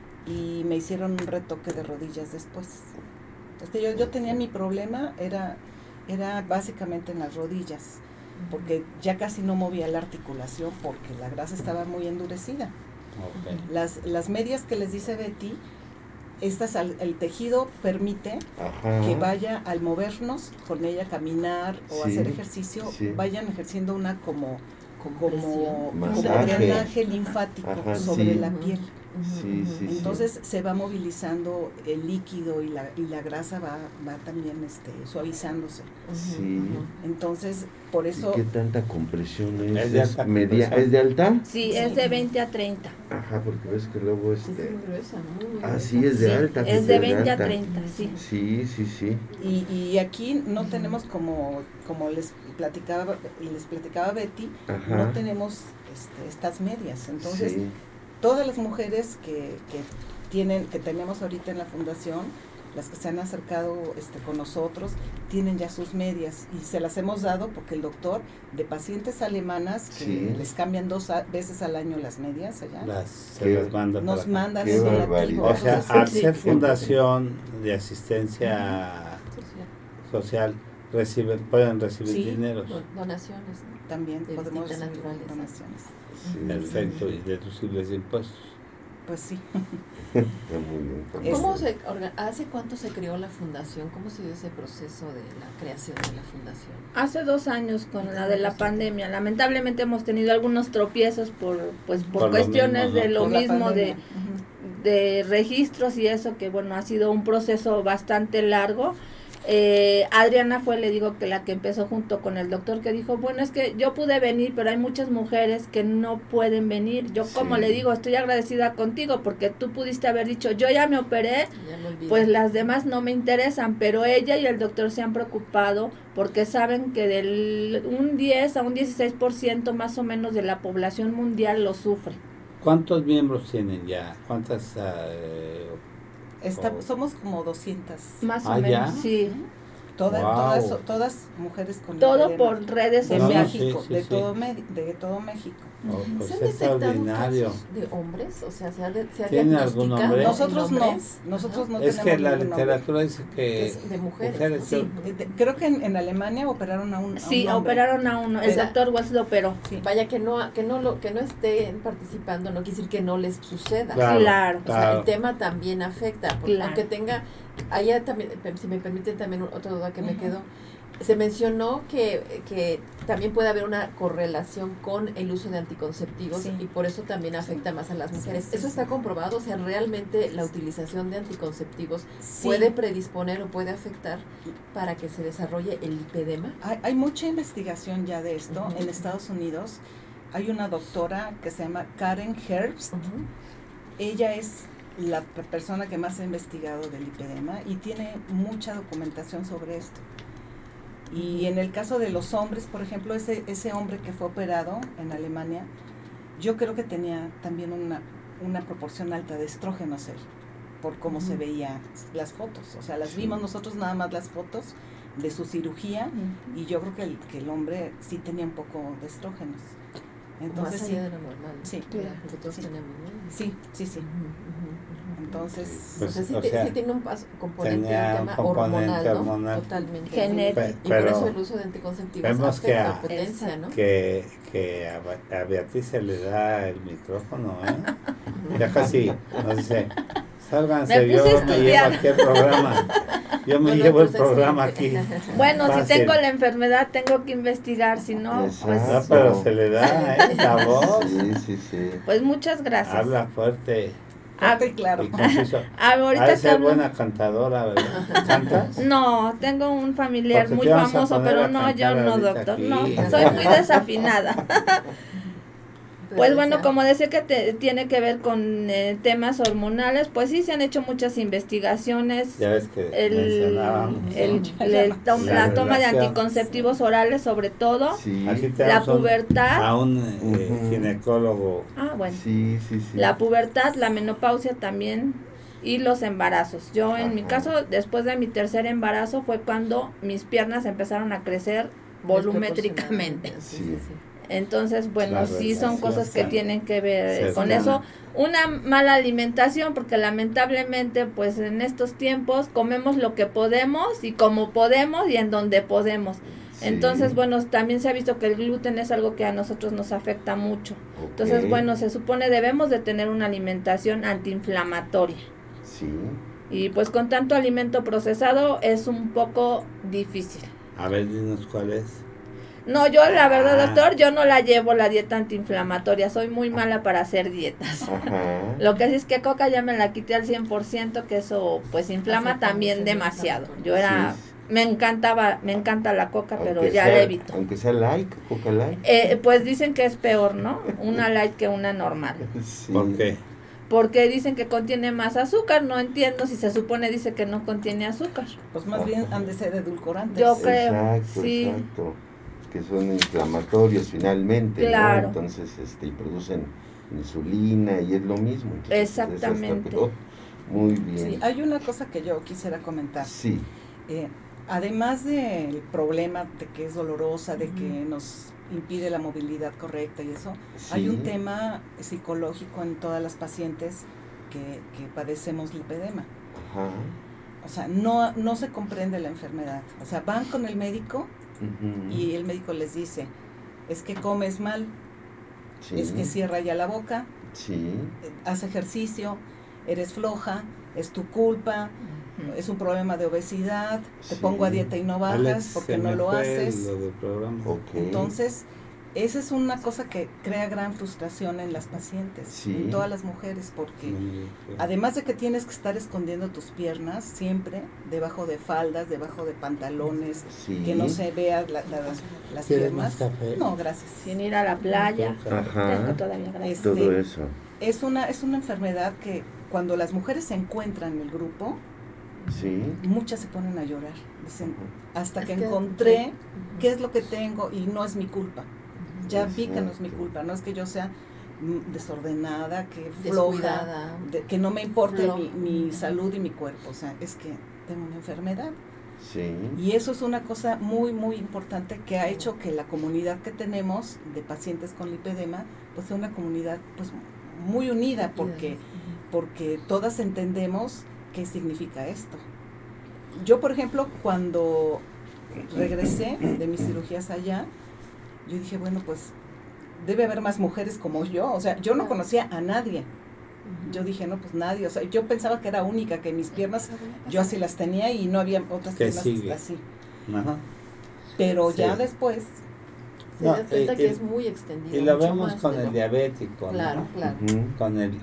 y me hicieron un retoque de rodillas después. Es que yo, yo tenía mi problema, era, era básicamente en las rodillas, porque ya casi no movía la articulación porque la grasa estaba muy endurecida. Okay. Las, las medias que les dice Betty, estas al, el tejido permite Ajá. que vaya al movernos con ella, caminar o sí, hacer ejercicio, sí. vayan ejerciendo una como como, como drenaje linfático Ajá, sobre sí. la piel. Sí, sí, Entonces sí. se va movilizando el líquido y la, y la grasa va, va también este, suavizándose. Sí. Entonces, por eso... ¿Y qué tanta compresión es? ¿Es de alta? Media, ¿Es de alta? Sí, es de veinte a treinta. Ajá, porque ves que luego este... Es muy gruesa, muy, muy ah, sí, es de sí, alta. Es de veinte a treinta, sí. Sí, sí, sí. Y, y aquí no tenemos como, como les platicaba, les platicaba Betty, Ajá. no tenemos este, estas medias. Entonces... Sí. Todas las mujeres que, que tienen, que tenemos ahorita en la fundación, las que se han acercado este, con nosotros, tienen ya sus medias y se las hemos dado porque el doctor de pacientes alemanas que sí. les cambian dos a, veces al año las medias allá, las, se las manda nos para manda su donativo. O sea, al ser fundación de asistencia uh-huh. social, reciben, pueden recibir sí. dinero. Donaciones. ¿no? También de podemos recibir donaciones. Sí. Perfecto, y deducibles de impuestos. Pues sí. Muy bien. ¿Cómo se, ¿Hace cuánto se creó la fundación? ¿Cómo se dio ese proceso de la creación de la fundación? Hace dos años con la de la pandemia. Lamentablemente hemos tenido algunos tropiezos por pues por, por cuestiones mismo, ¿no? de lo por mismo, de, uh-huh. de registros y eso, que bueno, ha sido un proceso bastante largo. Eh, Adriana fue, le digo, que la que empezó junto con el doctor, que dijo, bueno, es que yo pude venir, pero hay muchas mujeres que no pueden venir. Yo sí. como le digo, estoy agradecida contigo porque tú pudiste haber dicho, yo ya me operé, ya pues las demás no me interesan, pero ella y el doctor se han preocupado porque saben que del un diez a un dieciséis por ciento más o menos de la población mundial lo sufre. ¿Cuántos miembros tienen ya? ¿Cuántas? Uh, Está, somos como doscientas. Más ah, o menos, ¿ya? sí. Toda, wow. todas, todas mujeres con todo lipedema. por redes de sociales. México, sí, sí, de, sí. Todo me, de todo México. Oh, pues ¿Se han detectado casos de hombres? O sea, ¿se ha, de, se ha ¿Tiene algún nombre? Nosotros no, nosotros no es tenemos que la literatura nombre. dice que es de mujeres. mujeres sí, de, creo que en, en Alemania operaron a un, a sí, un hombre. operaron a uno. El o sea, doctor Wells lo operó. Sí. Vaya que no, que no lo, que no estén participando, no quiere decir que no les suceda. Claro, claro. O sea, claro. el tema también afecta, porque claro. aunque tenga, allá también, si me permiten también otra duda que uh-huh. me quedó. Se mencionó que, que también puede haber una correlación con el uso de anticonceptivos sí. y por eso también afecta sí. más a las mujeres. Sí, sí, ¿Eso sí. está comprobado? O sea, ¿realmente la utilización de anticonceptivos sí. puede predisponer o puede afectar para que se desarrolle el lipedema? Hay, hay mucha investigación ya de esto. Uh-huh. En Estados Unidos hay una doctora que se llama Karen Herbst. Uh-huh. Ella es la persona que más ha investigado del lipedema y tiene mucha documentación sobre esto. Y en el caso de los hombres, por ejemplo, ese, ese hombre que fue operado en Alemania, yo creo que tenía también una, una proporción alta de estrógenos él, por cómo uh-huh. se veía las fotos. O sea, las vimos nosotros nada más las fotos de su cirugía, uh-huh. y yo creo que el, que el hombre sí tenía un poco de estrógenos. Entonces, más allá sí, de lo normal. Sí, claro, que todos sí. tenemos, ¿no? Sí, sí, sí. Uh-huh, uh-huh. Entonces, pues, o sea, sí, o te, sea, sí tiene un paso, componente, tenía un tema un componente hormonal, ¿no? hormonal. Totalmente. Genético. Sí. Y Pero por eso el uso de anticonceptivos vemos que afecta a, potencia, ¿no? que, que a, a Beatriz se le da el micrófono, ¿eh? Ya casi nos dice, sálganse, me yo puse me llevo aquí el programa. Yo me No, no, llevo el pues, programa es- aquí. Bueno, Fácil. si tengo la enfermedad tengo que investigar, si no, pues, No, pero se le da, ¿eh? La voz. Sí, sí, sí. pues muchas gracias. Habla fuerte. Ah, fuerte y claro. Y conciso. Ah, ahorita Ha de que ser hablo- buena cantadora, ¿verdad? ¿Cantas? No, tengo un familiar Porque muy te vamos a famoso, poner pero a no, yo cantar no, ahorita doctor, aquí. no, soy muy desafinada. Pues bueno, como decía que te- tiene que ver con eh, temas hormonales, pues sí se han hecho muchas investigaciones. Ya ves que El, mencionábamos. el- ¿no? el- el tom- La la toma de relación. anticonceptivos orales sobre todo, Sí, Aquí la tenemos un- pubertad. a un eh, Ujú. ginecólogo. Ah, bueno. sí, sí, sí. La pubertad, la menopausia también y los embarazos. Yo en mi Ajá. caso, después de mi tercer embarazo fue cuando mis piernas empezaron a crecer volumétricamente. Sí, Sí. sí, sí. Entonces, bueno, La sí son relación cosas que sana. tienen que ver Se con sana. eso. Una mala alimentación, porque lamentablemente, pues en estos tiempos comemos lo que podemos y como podemos y en donde podemos. Sí. Entonces, bueno, también se ha visto que el gluten es algo que a nosotros nos afecta mucho. Ok. Entonces, bueno, se supone debemos de tener una alimentación antiinflamatoria. Sí. Y pues con tanto alimento procesado es un poco difícil. A ver, dinos cuál es. No, yo la verdad, Ah. doctor, yo no la llevo la dieta antiinflamatoria, soy muy mala para hacer dietas. Ajá. Lo que sí es que coca ya me la quité al cien por ciento, que eso pues inflama Afecta también mucho, demasiado. inflamatorio. Yo era, Sí. me encantaba, me encanta la coca, pero Aunque ya sea- la evito. Aunque sea like, coca like. Eh, pues dicen que es peor, ¿no? Una light que una normal. Sí. ¿Por qué? Porque dicen que contiene más azúcar, no entiendo si se supone dice que no contiene azúcar. Pues más bien han de ser edulcorantes. Yo creo, Exacto, sí. exacto. Que son inflamatorios finalmente, ¿no? Claro. Entonces, este, y producen insulina y es lo mismo. Entonces, pues, es hasta Exactamente. peor. Muy bien. Sí, hay una cosa que yo quisiera comentar. Sí. Eh, además del problema de que es dolorosa, de que nos impide la movilidad correcta y eso, hay Sí. un tema psicológico en todas las pacientes que, que padecemos lipedema. Ajá. O sea, no, no se comprende la enfermedad. O sea, van con el médico Ujú. y el médico les dice, es que comes mal, Sí. es que cierra ya la boca, Sí. eh, haz ejercicio, eres floja, es tu culpa, es un problema de obesidad, te Sí. pongo a dieta y no bajas Alex, porque se no me lo fue haces. Lo del programa. Ok. Entonces, esa es una cosa que crea gran frustración en las pacientes, Sí. en todas las mujeres, porque Sí, sí. además de que tienes que estar escondiendo tus piernas siempre, debajo de faldas, debajo de pantalones, Sí. que no se vean la- la- las ¿Quieres piernas. más café? No, gracias. Sin ir a la playa. Ajá. Tengo todavía, gracias. Este, Todo eso. Es una, es una enfermedad que cuando las mujeres se encuentran en el grupo, Sí. muchas se ponen a llorar. Dicen, hasta Es que que- encontré Ujú. qué es lo que tengo y no es mi culpa. Ya vi que no es mi Exacto. culpa, no es que yo sea mm, desordenada, que floja, Descuidada. de- que no me importe Flo- mi, mi salud y mi cuerpo, o sea, es que tengo una enfermedad. Sí. Y eso es una cosa muy, muy importante que ha hecho que la comunidad que tenemos de pacientes con lipedema, pues sea una comunidad pues muy unida, porque, porque todas entendemos qué significa esto. Yo, por ejemplo, cuando regresé de mis cirugías allá, yo dije, bueno, pues debe haber más mujeres como yo, o sea, yo no conocía a nadie. Yo dije, no, pues nadie, o sea, yo pensaba que era única, que mis piernas, yo así las tenía y no había otras Que piernas sigue. así. Ajá. Pero Sí. ya después, Se No, da cuenta y- que y- es muy extendido. Y lo mucho vemos más con de el lo- diabético, ¿no? Claro, claro. Ujú. Con el,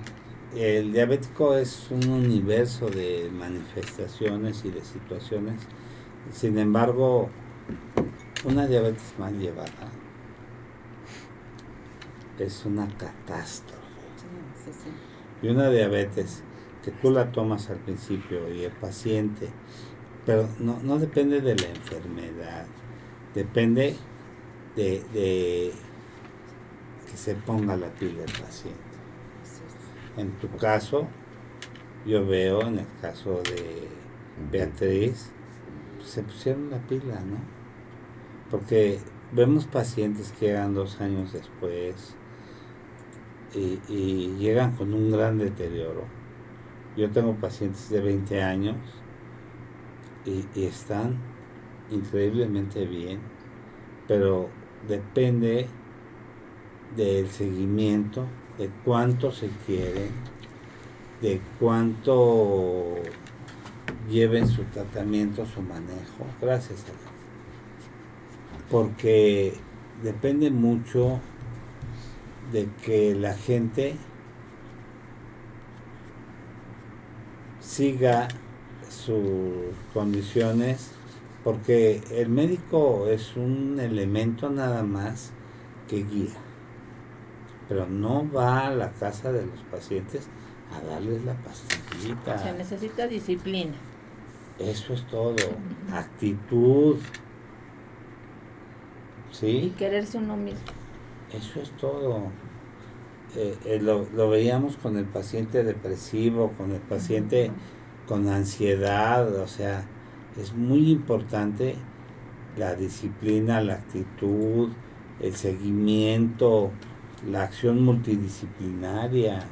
el diabético es un universo de manifestaciones y de situaciones. Sin embargo, una diabetes mal llevada es una catástrofe. sí, sí, sí. Y una diabetes que tú la tomas al principio y el paciente, pero no, no depende de la enfermedad, depende de, de que se ponga la pila el paciente. En tu caso, yo veo en el caso de Beatriz, pues se pusieron la pila, ¿no? Porque vemos pacientes que llegan dos años después y, y llegan con un gran deterioro. Yo tengo pacientes de veinte años y, y están increíblemente bien, pero depende del seguimiento, de cuánto se quieren, de cuánto lleven su tratamiento, su manejo. Gracias a Dios. Porque depende mucho de que la gente siga sus condiciones, porque el médico es un elemento nada más que guía, pero no va a la casa de los pacientes a darles la pastillita. Se necesita disciplina. Eso es todo. Actitud. ¿Sí? Y quererse uno mismo. Eso es todo. Eh, eh, lo, lo veíamos con el paciente depresivo, con el paciente con ansiedad, o sea, es muy importante la disciplina, la actitud, el seguimiento, la acción multidisciplinaria,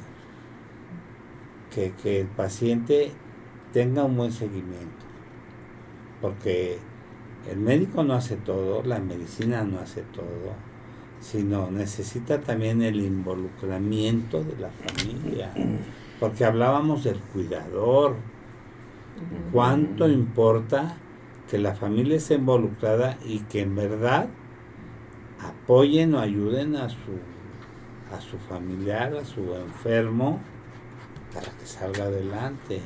que, que el paciente tenga un buen seguimiento, porque el médico no hace todo, la medicina no hace todo, sino necesita también el involucramiento de la familia, porque hablábamos del cuidador. ¿Cuánto importa que la familia esté involucrada y que en verdad apoyen o ayuden a su a su familiar, a su enfermo, para que salga adelante?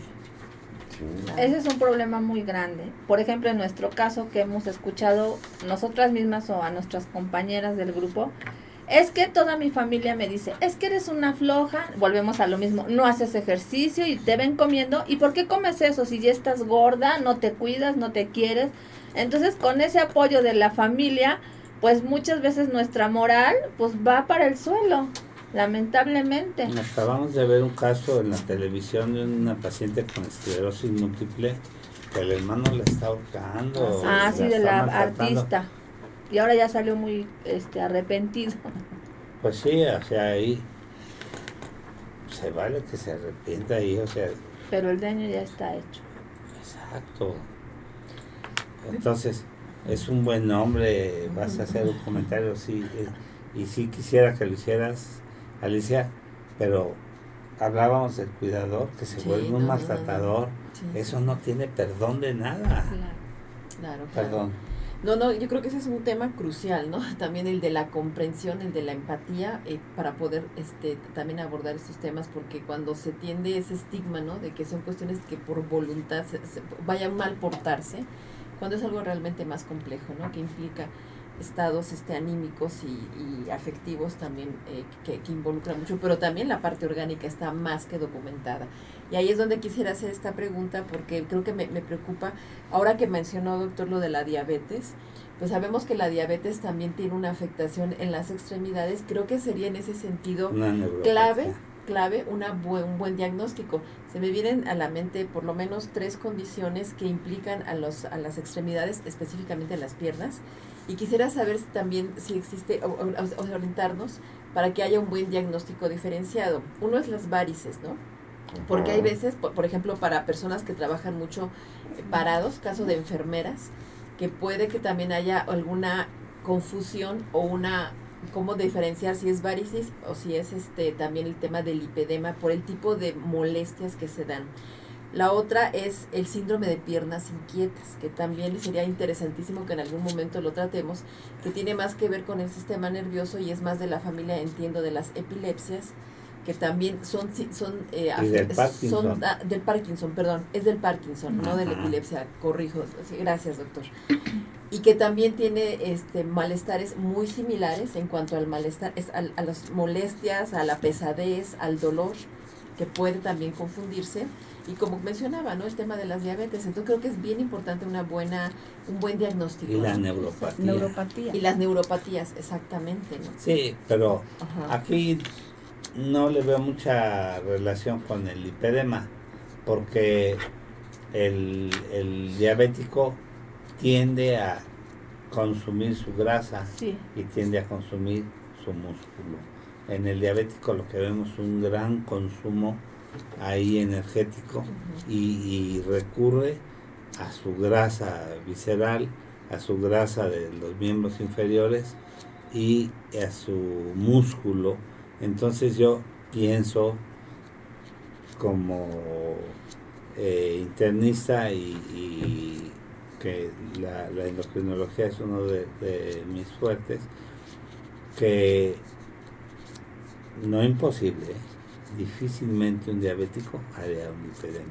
Ese es un problema muy grande. Por ejemplo, en nuestro caso, que hemos escuchado nosotras mismas o a nuestras compañeras del grupo, es que toda mi familia me dice, es que eres una floja, volvemos a lo mismo, no haces ejercicio y te ven comiendo, ¿y por qué comes eso? Si ya estás gorda, no te cuidas, no te quieres. Entonces, con ese apoyo de la familia, pues muchas veces nuestra moral pues va para el suelo, lamentablemente. Acabamos de ver un caso en la televisión de una paciente con esclerosis múltiple que el hermano la está ahorcando. Ah, sí, de la artista. Y ahora ya salió muy este arrepentido. Pues sí, o sea, ahí se vale que se arrepienta ahí, o sea. Pero el daño ya está hecho. Exacto. Entonces, es un buen nombre, vas a hacer un comentario, sí, y sí quisiera que lo hicieras, Alicia, pero hablábamos del cuidador, que se sí, vuelve un no, maltratador, no, no. Sí. Eso no tiene perdón de nada. Claro, claro. Perdón. No, no, yo creo que ese es un tema crucial, ¿no? También el de la comprensión, el de la empatía, eh, para poder este también abordar estos temas, porque cuando se tiende ese estigma, ¿no? De que son cuestiones que por voluntad se, se vayan mal portarse, cuando es algo realmente más complejo, ¿no? Que implica estados este anímicos y, y afectivos también eh, que, que involucran mucho, pero también la parte orgánica está más que documentada. Y ahí es donde quisiera hacer esta pregunta, porque creo que me, me preocupa, ahora que mencionó, doctor, lo de la diabetes, pues sabemos que la diabetes también tiene una afectación en las extremidades. Creo que sería en ese sentido clave, clave una bu- un buen diagnóstico. Se me vienen a la mente por lo menos tres condiciones que implican a, los, a las extremidades, específicamente a las piernas, y quisiera saber también si existe, o, o, o orientarnos para que haya un buen diagnóstico diferenciado. Uno es las varices, ¿no? Porque hay veces, por, por ejemplo, para personas que trabajan mucho eh, parados, caso de enfermeras, que puede que también haya alguna confusión o una, cómo diferenciar si es varicis o si es este también el tema del lipedema por el tipo de molestias que se dan. La otra es el síndrome de piernas inquietas, que también sería interesantísimo que en algún momento lo tratemos, que tiene más que ver con el sistema nervioso y es más de la familia, entiendo, de las epilepsias, que también son son eh, y del Parkinson. son ah, del Parkinson, perdón, es del Parkinson, uh-huh. no de la epilepsia, corrijo, sí, gracias, doctor. Y que también tiene este malestares muy similares en cuanto al malestar, es a, a las molestias, a la pesadez, al dolor, que puede también confundirse. Y como mencionaba, ¿no? El tema de las diabetes, entonces creo que es bien importante una buena, un buen diagnóstico. Y la ¿no? neuropatía. neuropatía. Y las neuropatías, exactamente, ¿no? Sí, pero Ajá. aquí no le veo mucha relación con el lipedema, porque el, el diabético tiende a consumir su grasa Sí. y tiende a consumir su músculo. En el diabético lo que vemos es un gran consumo ahí energético Uh-huh. y, y recurre a su grasa visceral, a su grasa de los miembros inferiores y a su músculo. Entonces yo pienso como eh, internista y, y que la, la endocrinología es uno de, de mis fuertes, que no es imposible, ¿eh? Difícilmente un diabético haría un lipedema.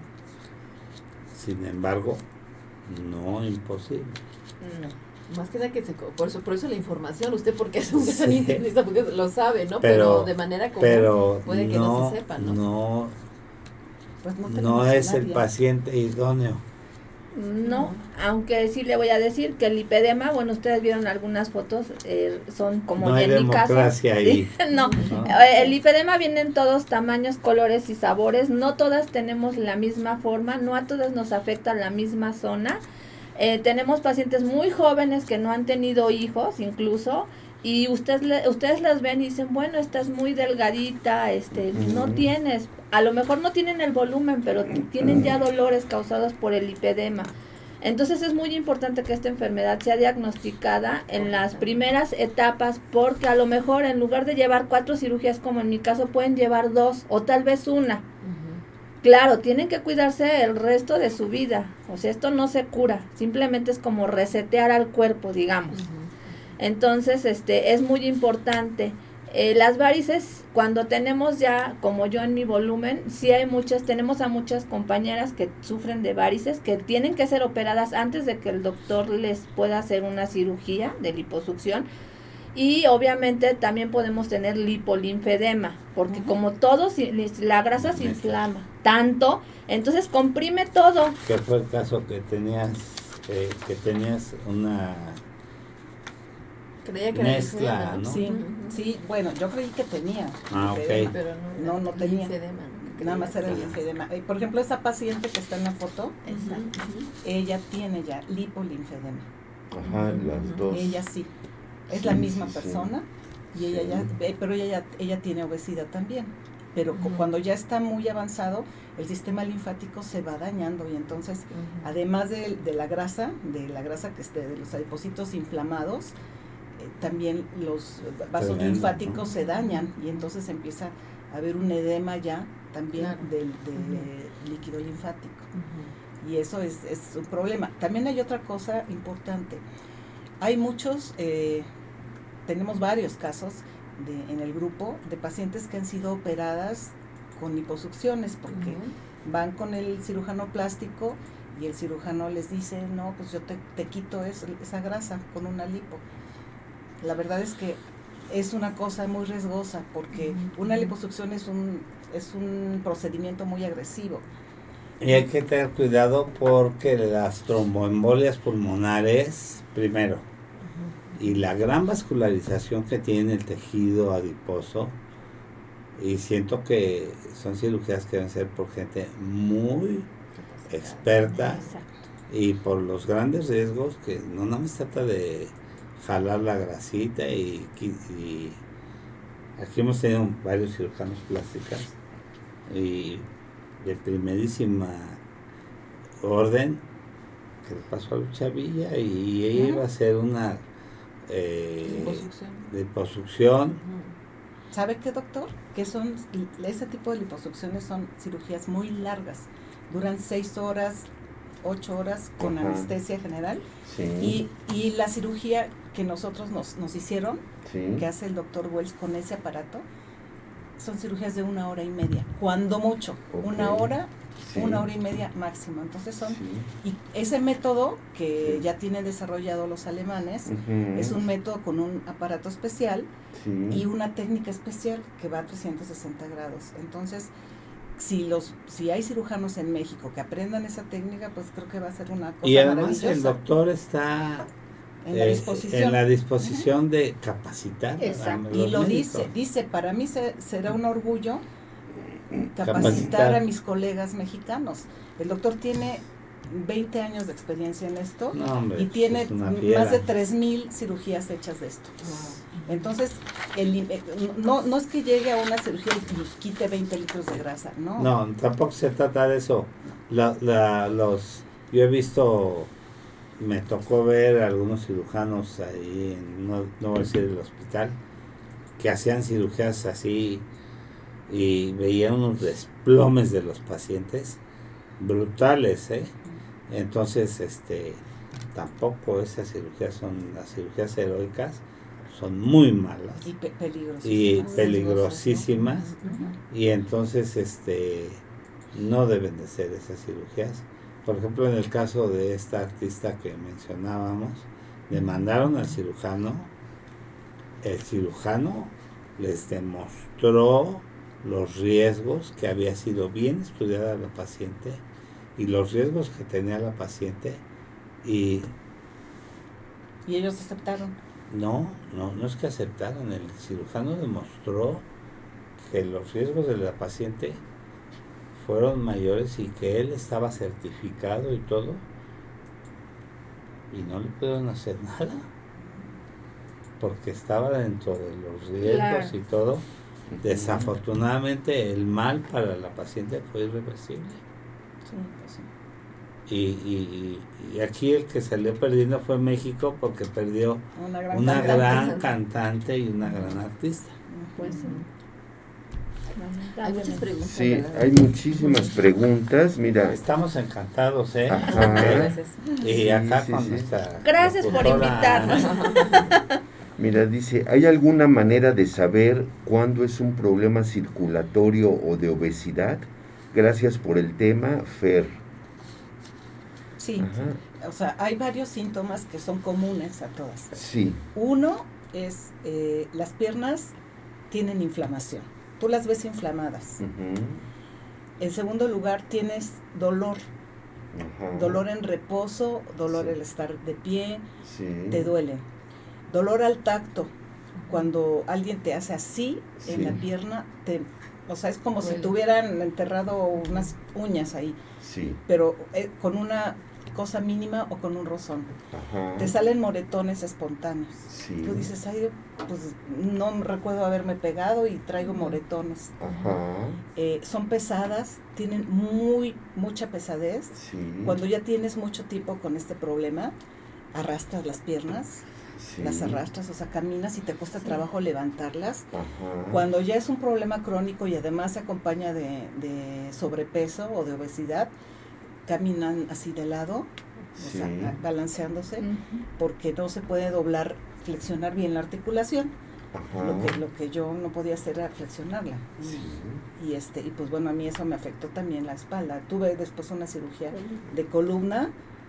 Sin embargo, no imposible. No. Más que nada que se, por eso, por eso la información, usted porque es un gran Sí. internista, porque lo sabe, ¿no? Pero, Pero, de manera común pero puede que no, no se sepa, ¿no? No, Pues no, no es el paciente idóneo. No, aunque sí le voy a decir que el lipedema, bueno, ustedes vieron algunas fotos, eh, son como No hay en mi caso. democracia ahí. Sí, no, ¿No? Eh, el lipedema viene en todos tamaños, colores y sabores. No todas tenemos la misma forma, no a todas nos afecta la misma zona. Eh, tenemos pacientes muy jóvenes que no han tenido hijos, incluso, y ustedes le, ustedes las ven y dicen, bueno, estás muy delgadita, este, Uh-huh. no tienes, a lo mejor no tienen el volumen, pero tienen ya dolores causados por el lipedema. Entonces es muy importante que esta enfermedad sea diagnosticada en las primeras etapas, porque a lo mejor en lugar de llevar cuatro cirugías, como en mi caso, pueden llevar dos o tal vez una. Uh-huh. Claro, tienen que cuidarse el resto de su vida, o sea, esto no se cura, simplemente es como resetear al cuerpo, digamos. Uh-huh. Entonces, este, es muy importante. Eh, las varices, cuando tenemos ya, como yo en mi volumen, sí hay muchas, tenemos a muchas compañeras que sufren de varices, que tienen que ser operadas antes de que el doctor les pueda hacer una cirugía de liposucción. Y obviamente también podemos tener lipolinfedema, porque uh-huh. como todo, si, la grasa se inflama tanto, entonces comprime todo. ¿Qué fue el caso que tenías, eh, que tenías una... Creía que mezcla, era ¿no? Sí, sí, bueno, yo creí que tenía. Ah, lipedema, ok. Pero no, No, no tenía. linfedema, ¿no? Nada más era el Ajá. linfedema. Eh, Por ejemplo, esa paciente que está en la foto, Exacto. ella tiene ya lipolinfedema. Ajá, las dos. Ella sí, es Sí, la misma sí, sí. persona y ella Sí. ya, eh, pero ella ya, ella tiene obesidad también. Pero cu- Ujú. cuando ya está muy avanzado, el sistema linfático se va dañando y entonces, Ujú. además de, de la grasa, de la grasa que esté, de los adipocitos inflamados, eh, también los vasos Tremendo, linfáticos ¿no? se dañan y entonces empieza a haber un edema ya también Claro. del de líquido linfático. Ujú. Y eso es, es un problema. También hay otra cosa importante. Hay muchos, eh, tenemos varios casos de, en el grupo de pacientes que han sido operadas con liposucciones porque Ujú. van con el cirujano plástico y el cirujano les dice, no, pues yo te, te quito es- esa grasa con una lipo. La verdad es que es una cosa muy riesgosa porque Ujú. una liposucción es un, es un procedimiento muy agresivo. Y hay que tener cuidado porque las tromboembolias pulmonares, primero, y la gran vascularización que tiene el tejido adiposo, y siento que son cirugías que deben ser por gente muy experta Exacto. y por los grandes riesgos que no nada más trata de jalar la grasita y, y aquí hemos tenido varios cirujanos plásticos y de primerísima orden que le pasó a Lucha Villa y ella Ujú. iba a hacer una eh, Liposucción. liposucción. Ujú. ¿Sabe qué, doctor? Que son, ese tipo de liposucciones son cirugías muy largas. Duran seis horas, ocho horas con Ajá. anestesia general. Sí. Y, y la cirugía que nosotros nos, nos hicieron, sí. que hace el doctor Wells con ese aparato, son cirugías de una hora y media. Cuando mucho, Ok. una hora, Sí. una hora y media máximo. Entonces son... Sí. Y ese método que Sí. ya tienen desarrollado los alemanes, Ujú. es un método con un aparato especial Sí. y una técnica especial que va a trescientos sesenta grados. Entonces, si los si hay cirujanos en México que aprendan esa técnica, pues creo que va a ser una cosa y además maravillosa. El doctor está en la disposición, eh, en la disposición uh-huh. de capacitar. Exacto. Y lo médicos. dice, dice, para mí se, será un orgullo capacitar, capacitar a mis colegas mexicanos. El doctor tiene veinte años de experiencia en esto no, hombre, y tiene más de tres mil cirugías hechas de esto. Wow. Entonces, el, no, no es que llegue a una cirugía y quite veinte litros de grasa, ¿no? No, tampoco se trata de eso. La, la, los, yo he visto, me tocó ver a algunos cirujanos ahí, en, no, no voy a decir el hospital, que hacían cirugías así y veían unos desplomes de los pacientes brutales, ¿eh? Entonces, este, tampoco esas cirugías son, las cirugías heroicas son muy malas y pe- peligrosísimas, y, peligrosísimas uh-huh. y entonces, este, no deben de ser esas cirugías. Por ejemplo, en el caso de esta artista que mencionábamos, le mandaron al cirujano, el cirujano les demostró los riesgos, que había sido bien estudiada la paciente y los riesgos que tenía la paciente y y ellos aceptaron. No, no, no es que aceptaron, el cirujano demostró que los riesgos de la paciente fueron mayores y que él estaba certificado y todo y no le pudieron hacer nada porque estaba dentro de los riesgos claro. y todo. Desafortunadamente el mal para la paciente fue irreversible. Sí, pues sí. Y, y, y aquí el que salió perdiendo fue México porque perdió una gran, una cantante. gran cantante y una gran artista. Pues sí. Hay muchas preguntas. Sí, ¿verdad? hay muchísimas preguntas. Mira, estamos encantados, ¿eh? Ajá. Gracias. Y acá sí, sí, con sí. nuestra Gracias por invitarnos. Mira, dice, ¿hay alguna manera de saber cuándo es un problema circulatorio o de obesidad? Gracias por el tema, Fer. Sí, Ajá. o sea, hay varios síntomas que son comunes a todas. Sí. Uno es, eh, las piernas tienen inflamación. Tú las ves inflamadas. Uh-huh. En segundo lugar, tienes dolor. Ajá. Dolor en reposo, dolor Sí. al estar de pie, Sí. te duele. Dolor al tacto, cuando alguien te hace así Sí. en la pierna, te, o sea, es como Duele. si te hubieran enterrado unas uñas ahí, Sí. pero eh, con una cosa mínima o con un rozón. Ajá. Te salen moretones espontáneos. Sí. Tú dices, ay, pues no recuerdo haberme pegado y traigo moretones. Ajá. Eh, son pesadas, tienen muy, mucha pesadez. Sí. Cuando ya tienes mucho tiempo con este problema, arrastras las piernas, Sí. las arrastras, o sea, caminas y te cuesta trabajo levantarlas. Ajá. Cuando ya es un problema crónico y además se acompaña de, de sobrepeso o de obesidad, caminan así de lado, Sí. o sea, balanceándose, Uh-huh. porque no se puede doblar, flexionar bien la articulación. Ajá. Lo que, lo que yo no podía hacer era flexionarla. Y, Sí. y este y pues bueno, a mí eso me afectó también la espalda. Tuve después una cirugía de columna,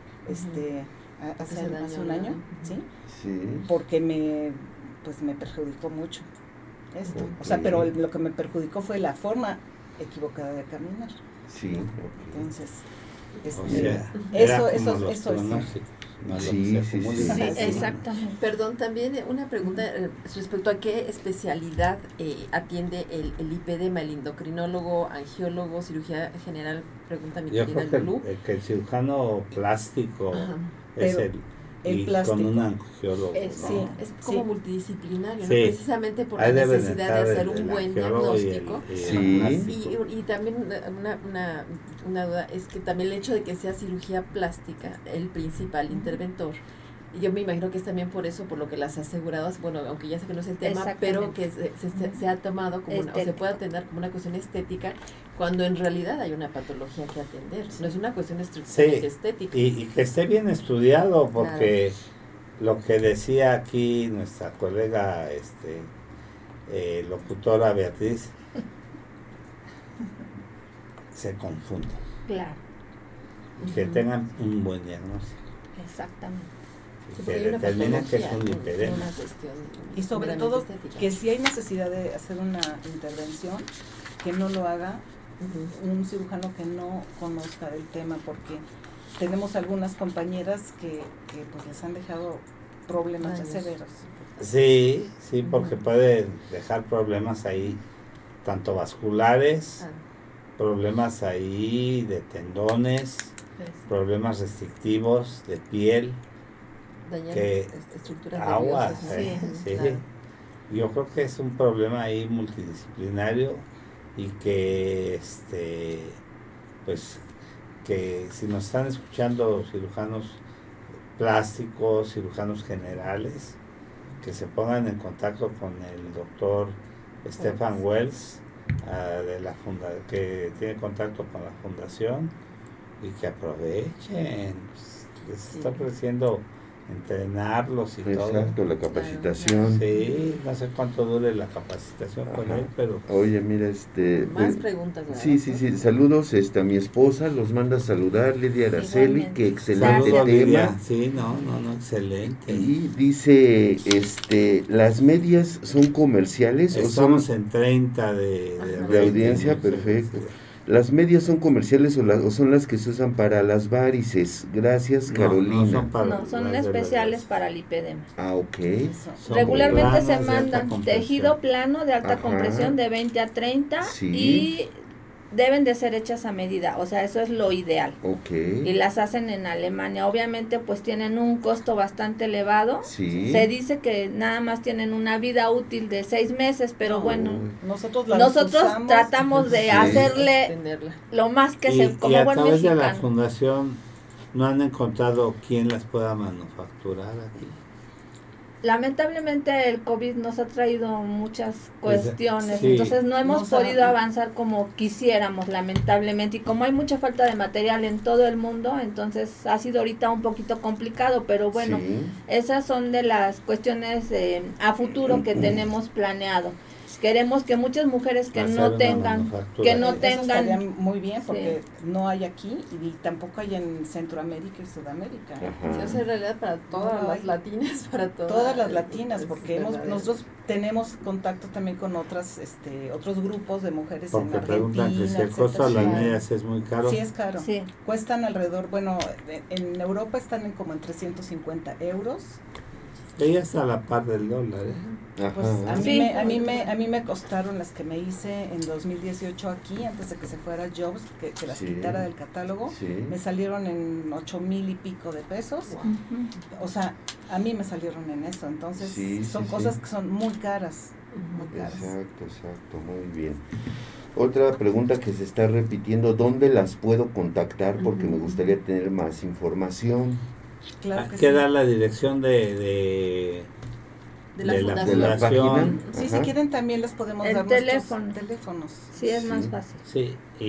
este, a- hace, Hace hace daño, un año, ¿verdad? ¿sí? Sí. Porque me, pues me perjudicó mucho esto. O sea, Ok. pero el- lo que me perjudicó fue la forma equivocada de caminar. Sí. ok. Entonces, O este, sea, era eso, como eso, los eso es. pronósticos, no lo Sí, que se sí, acumula. sí. Sí, Sí. exactamente. Perdón, también una pregunta eh, respecto a qué especialidad eh, atiende el, el lipedema, el endocrinólogo, angiólogo, cirugía general, pregunta mi Yo querida creo que Lulú. el, que el cirujano plástico Ajá. es Pero el, el y plástico. con un angiólogo, Eh, ¿no? sí. Es como Sí. multidisciplinario, ¿no? Sí. Precisamente por Ahí la deben necesidad estar de hacer el- un el buen arqueólogo y el- diagnóstico. y el Sí. plástico. Y, y también una, una, una duda es que también el hecho de que sea cirugía plástica el principal interventor, y yo me imagino que es también por eso, por lo que las aseguradoras, bueno, aunque ya sé que no es el tema, pero que se, se, se- se ha tomado como una, o se Estética. puede atender como una cuestión estética, cuando en realidad hay una patología que atender, no es una cuestión estrictamente Sí, estética. Y, y que esté bien estudiado, porque lo que decía aquí nuestra colega este eh, locutora Beatriz, se confunde. Claro, Que Ujú. tengan un buen diagnóstico. exactamente. Sí, Que porque hay una determinen que es patología, un no- no lipedema. una cuestión Y sobre meramente todo estética. que si hay necesidad de hacer una intervención, que no lo haga uh-huh. un cirujano que no conozca del tema, porque tenemos algunas compañeras que, que pues les han dejado problemas ya severos. Sí, sí, porque uh-huh. puede dejar problemas ahí, tanto vasculares, ah. problemas ahí de tendones, sí. problemas restrictivos de piel, dañar que estructuras agua, nerviosas, eh, sí, sí. Claro. Yo creo que es un problema ahí multidisciplinario y que este pues que si nos están escuchando cirujanos plásticos, cirujanos generales, que se pongan en contacto con el doctor Stefan Wells, uh, de la funda que tiene contacto con la fundación, y que aprovechen, pues, les sí. está ofreciendo entrenarlos y Exacto, todo. Exacto, la capacitación. Sí, no sé cuánto dure la capacitación Ajá. con él, pero... Oye, mira, este... Más eh, preguntas, ¿verdad? Sí, sí, sí, saludos este, a mi esposa, los manda a saludar, Lidia Araceli, que excelente Saludos, tema. Lidia. Sí, no, no, no, excelente. Y dice, este, ¿las medias son comerciales? Estamos o son en treinta de, de, de audiencia, perfecto. ¿Las medias son comerciales o, la, o son las que se usan para las varices? Gracias, no, Carolina. No, son, para no, son especiales para lipedema. Ah, ok. Regularmente se mandan tejido plano de alta Ajá. compresión de veinte a treinta sí. y deben de ser hechas a medida, o sea, eso es lo ideal. Ok. Y las hacen en Alemania. Obviamente, pues tienen un costo bastante elevado. Sí. Se dice que nada más tienen una vida útil de seis meses, pero no, bueno, nosotros, la nosotros usamos, tratamos de sí. hacerle Extenderla. lo más que y, se como y a buen través mexicano. de la fundación no han encontrado quién las pueda manufacturar aquí. Lamentablemente el COVID nos ha traído muchas cuestiones, sí, entonces no hemos no podido sabe. avanzar como quisiéramos, lamentablemente, y como hay mucha falta de material en todo el mundo, entonces ha sido ahorita un poquito complicado, pero bueno, sí. esas son de las cuestiones eh, a futuro que tenemos planeado. Queremos que muchas mujeres que Hacer no una tengan, que no Eso tengan, estaría muy bien porque sí. no hay aquí y tampoco hay en Centroamérica y Sudamérica. Se hace realidad para todas No, las hay, latinas, para todas, todas las latinas, es porque hemos, verdadero. nosotros tenemos contacto también con otras, este, otros grupos de mujeres porque en Argentina. preguntan que si el costo de las medias es muy caro. Sí, es caro. Sí. Cuestan alrededor, bueno, en Europa están en como en trescientos cincuenta euros. Ella está a la par del dólar, ¿eh? Pues a mí, Sí. me, a, mí me, a mí me costaron las que me hice en dos mil dieciocho aquí, antes de que se fuera Jobs, que, que las Sí. quitara del catálogo. Sí. Me salieron en ocho mil y pico de pesos. Uh-huh. O sea, a mí me salieron en eso. Entonces, Sí, son sí, cosas sí. que son muy caras. Muy caras. Exacto, exacto, muy bien. Otra pregunta que se está repitiendo, ¿dónde las puedo contactar? Porque me gustaría tener más información. Claro Hay que que sí. dar la dirección de, de, De la de la fundación. De la página. fundación. Sí, Ajá. si quieren también les podemos El dar teléfono. nuestros teléfonos. Sí, es Sí. más fácil. Sí, y,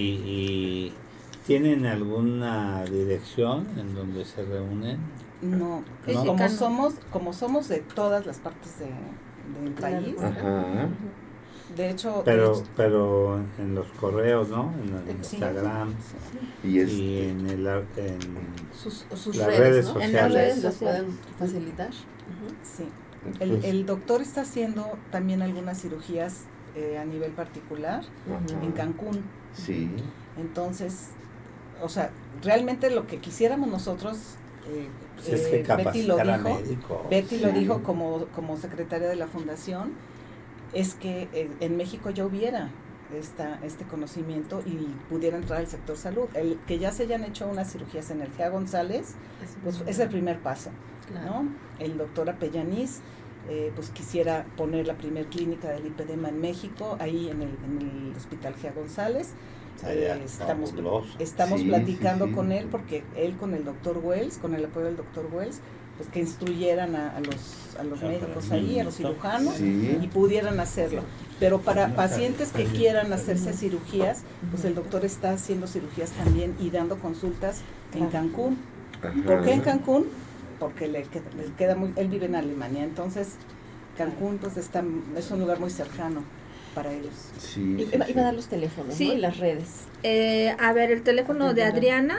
y ¿tienen alguna dirección en donde se reúnen? No, Sí, no, sí, como Carmen. somos, como somos de todas las partes de, del Claro. país. Ajá. De hecho, Pero, de hecho, pero en los correos, ¿no? En el Sí. Instagram Y es y en, el, ar- en Sus, sus las redes, redes ¿no? sociales. En las redes los sociales. pueden facilitar. Ujú. sí. El, pues, el doctor está haciendo también algunas cirugías eh, a nivel particular Ajá. en Cancún. Sí. Entonces, o sea, realmente lo que quisiéramos nosotros, eh, pues es eh, que Betty lo capacitar a dijo, médicos. Betty lo Sí. dijo como, como secretaria de la fundación, es que eh, en México ya hubiera esta, este conocimiento y pudiera entrar al sector salud. El que ya se hayan hecho unas cirugías en el G E A González, pues es el primer paso, Claro. ¿no? El doctor Apellanís, eh, pues quisiera poner la primer clínica del lipedema en México, ahí en el, en el Hospital G E A González. Allá, Eh, estamos fabuloso. estamos Sí, platicando sí, sí. con él porque él con el doctor Wells, con el apoyo del doctor Wells, pues que instruyeran a, a los a los Ah, médicos para ahí, a los niños, cirujanos Sí. y pudieran hacerlo. Pero para No, pacientes que está bien. quieran hacerse cirugías, pues el doctor está haciendo cirugías también y dando consultas en Cancún. Ajá. ¿Por qué en Cancún? Porque le queda, le queda muy, él vive en Alemania, entonces Cancún pues está, es un lugar muy cercano para ellos. Sí, sí, Iba, sí. iba a dar los teléfonos, Sí. ¿no? Y las redes. Eh, a ver, el teléfono de Adriana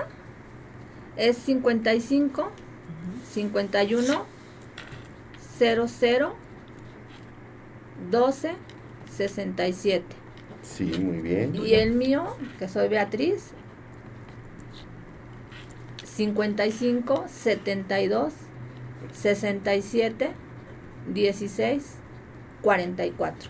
es cincuenta y cinco, cincuenta y uno, cero cero, doce, sesenta y siete. Sí, muy bien. Y el mío, que soy Beatriz, cincuenta y cinco, setenta y dos, sesenta y siete, dieciséis, cuarenta y cuatro.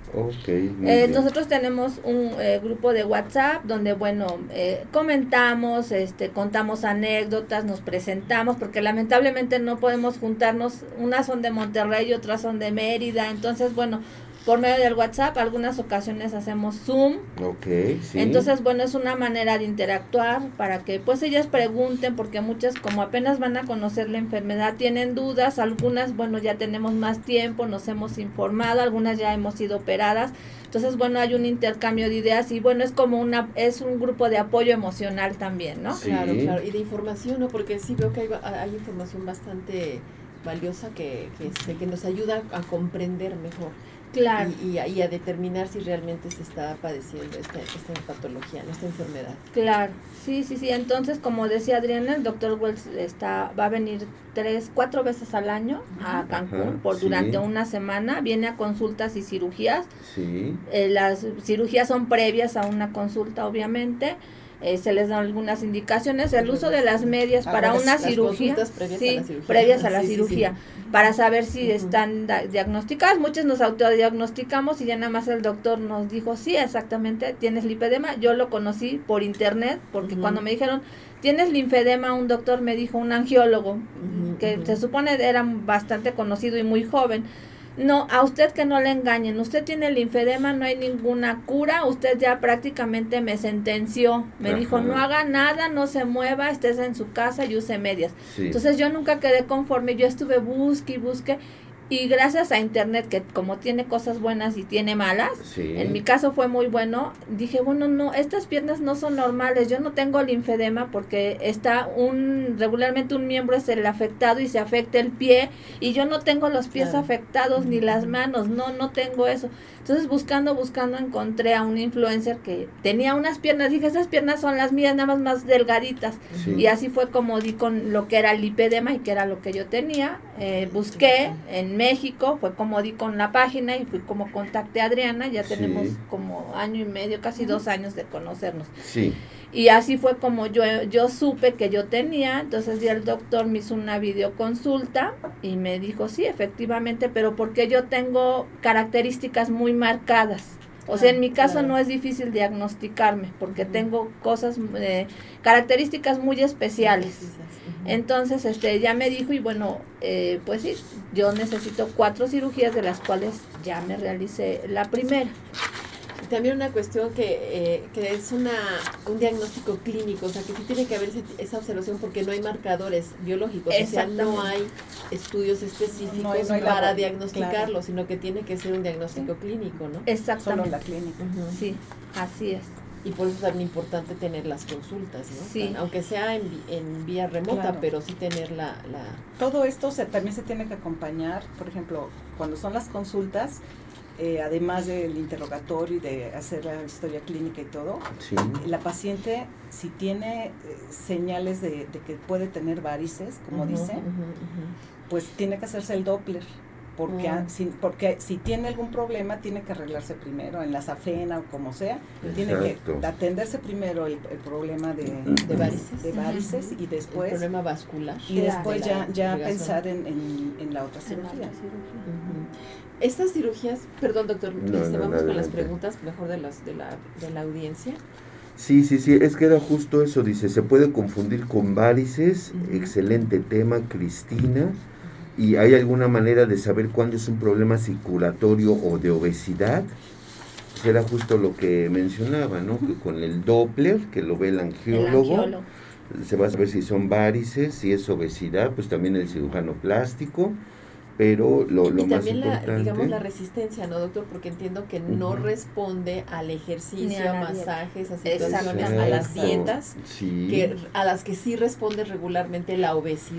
Okay, muy eh, bien. Nosotros tenemos un eh, grupo de WhatsApp donde, bueno, eh, comentamos, este, contamos anécdotas, nos presentamos, porque lamentablemente no podemos juntarnos, unas son de Monterrey y otras son de Mérida, entonces, bueno, por medio del WhatsApp, algunas ocasiones hacemos Zoom. Ok, sí. Entonces, bueno, es una manera de interactuar para que pues ellas pregunten, porque muchas como apenas van a conocer la enfermedad tienen dudas, algunas, bueno, ya tenemos más tiempo, nos hemos informado, algunas ya hemos sido operadas. Entonces, bueno, hay un intercambio de ideas y bueno, es como una es un grupo de apoyo emocional también, ¿no? Sí. Claro, claro, y de información, ¿no? Porque sí veo que hay, hay información bastante valiosa que, que, este, que nos ayuda a comprender mejor. Claro. Y, y, a, y a determinar si realmente se está padeciendo esta, esta patología, esta enfermedad. Claro, sí, sí, sí. Entonces, como decía Adriana, el doctor Wells está, va a venir tres, cuatro veces al año a Cancún. Ajá, por durante sí. una semana. Viene a consultas y cirugías. Sí. Eh, las cirugías son previas a una consulta, obviamente. Eh, se les dan algunas indicaciones, el uso de las medias ah, para una cirugía, previas sí, a la cirugía, previas a la sí, cirugía, sí, sí. para saber si uh-huh. están da- diagnosticadas. Muchos nos autodiagnosticamos y ya nada más el doctor nos dijo, sí, exactamente, tienes lipedema. Yo lo conocí por internet, porque uh-huh. cuando me dijeron, tienes linfedema, un doctor me dijo, un angiólogo, uh-huh, que uh-huh. se supone era bastante conocido y muy joven. No, a usted que no le engañen, usted tiene linfedema, no hay ninguna cura, usted ya prácticamente me sentenció, me Ajá. dijo, no haga nada, no se mueva, estés en su casa y use medias. Sí. Entonces yo nunca quedé conforme, yo estuve busque y busque, y gracias a internet, que como tiene cosas buenas y tiene malas, sí. en mi caso fue muy bueno, dije, bueno, no, estas piernas no son normales, yo no tengo linfedema porque está un, regularmente un miembro es el afectado y se afecta el pie, y yo no tengo los pies claro. afectados ni las manos, no, no tengo eso. Entonces buscando, buscando encontré a un influencer que tenía unas piernas, dije, esas piernas son las mías, nada más más delgaditas, sí. y así fue como di con lo que era el lipedema y que era lo que yo tenía, eh, busqué en México, fue como di con la página y fui como contacté a Adriana, ya tenemos sí. como año y medio, casi dos años de conocernos. Sí. Y así fue como yo yo supe que yo tenía, entonces ya el doctor me hizo una videoconsulta y me dijo, sí, efectivamente, pero porque yo tengo características muy marcadas. O sea, en mi caso claro. no es difícil diagnosticarme porque uh-huh. tengo cosas, eh, características muy especiales. Uh-huh. Entonces, este, ya me dijo y bueno, eh, pues sí, yo necesito cuatro cirugías de las cuales ya me realicé la primera. También una cuestión que, eh, que es una un diagnóstico clínico, o sea, que sí tiene que haber ese, esa observación porque no hay marcadores biológicos, o sea, no hay estudios específicos no hay, no hay para labor, diagnosticarlo, claro. sino que tiene que ser un diagnóstico sí. clínico, ¿no? Exactamente. Solo la clínica. Uh-huh. Sí, así es. Y por eso es tan importante tener las consultas, ¿no? Sí. Aunque sea en, en vía remota, claro. pero sí tener la... la... Todo esto se, también se tiene que acompañar, por ejemplo, cuando son las consultas, Eh, además del interrogatorio y de hacer la historia clínica y todo, sí. la paciente si tiene eh, señales de, de que puede tener varices, como uh-huh, dice, uh-huh, uh-huh. pues tiene que hacerse el Doppler, porque, uh-huh. a, si, porque si tiene algún problema tiene que arreglarse primero, en la safena o como sea, Exacto. tiene que atenderse primero el, el problema de, de varices, de varices uh-huh. y después... El problema vascular. Y después ya, ya pensar en, en, en la otra cirugía. La otra cirugía. Uh-huh. Estas cirugías, perdón doctor, no, este, no, vamos no, con las preguntas mejor de las de la, de la audiencia. Sí, sí, sí, es que era justo eso, dice, se puede confundir con varices, uh-huh. excelente tema, Cristina, y hay alguna manera de saber cuándo es un problema circulatorio o de obesidad. Pues era justo lo que mencionaba, ¿no? Uh-huh. Que con el Doppler, que lo ve el angiólogo, el angiólogo, se va a saber si son varices, si es obesidad, pues también el cirujano plástico. Pero lo, lo y más también importante... la, digamos, la resistencia, ¿no, doctor? Porque entiendo que uh-huh. no responde al ejercicio, a masajes, a situaciones, a las dietas, sí. que, a las que sí responde regularmente la obesidad.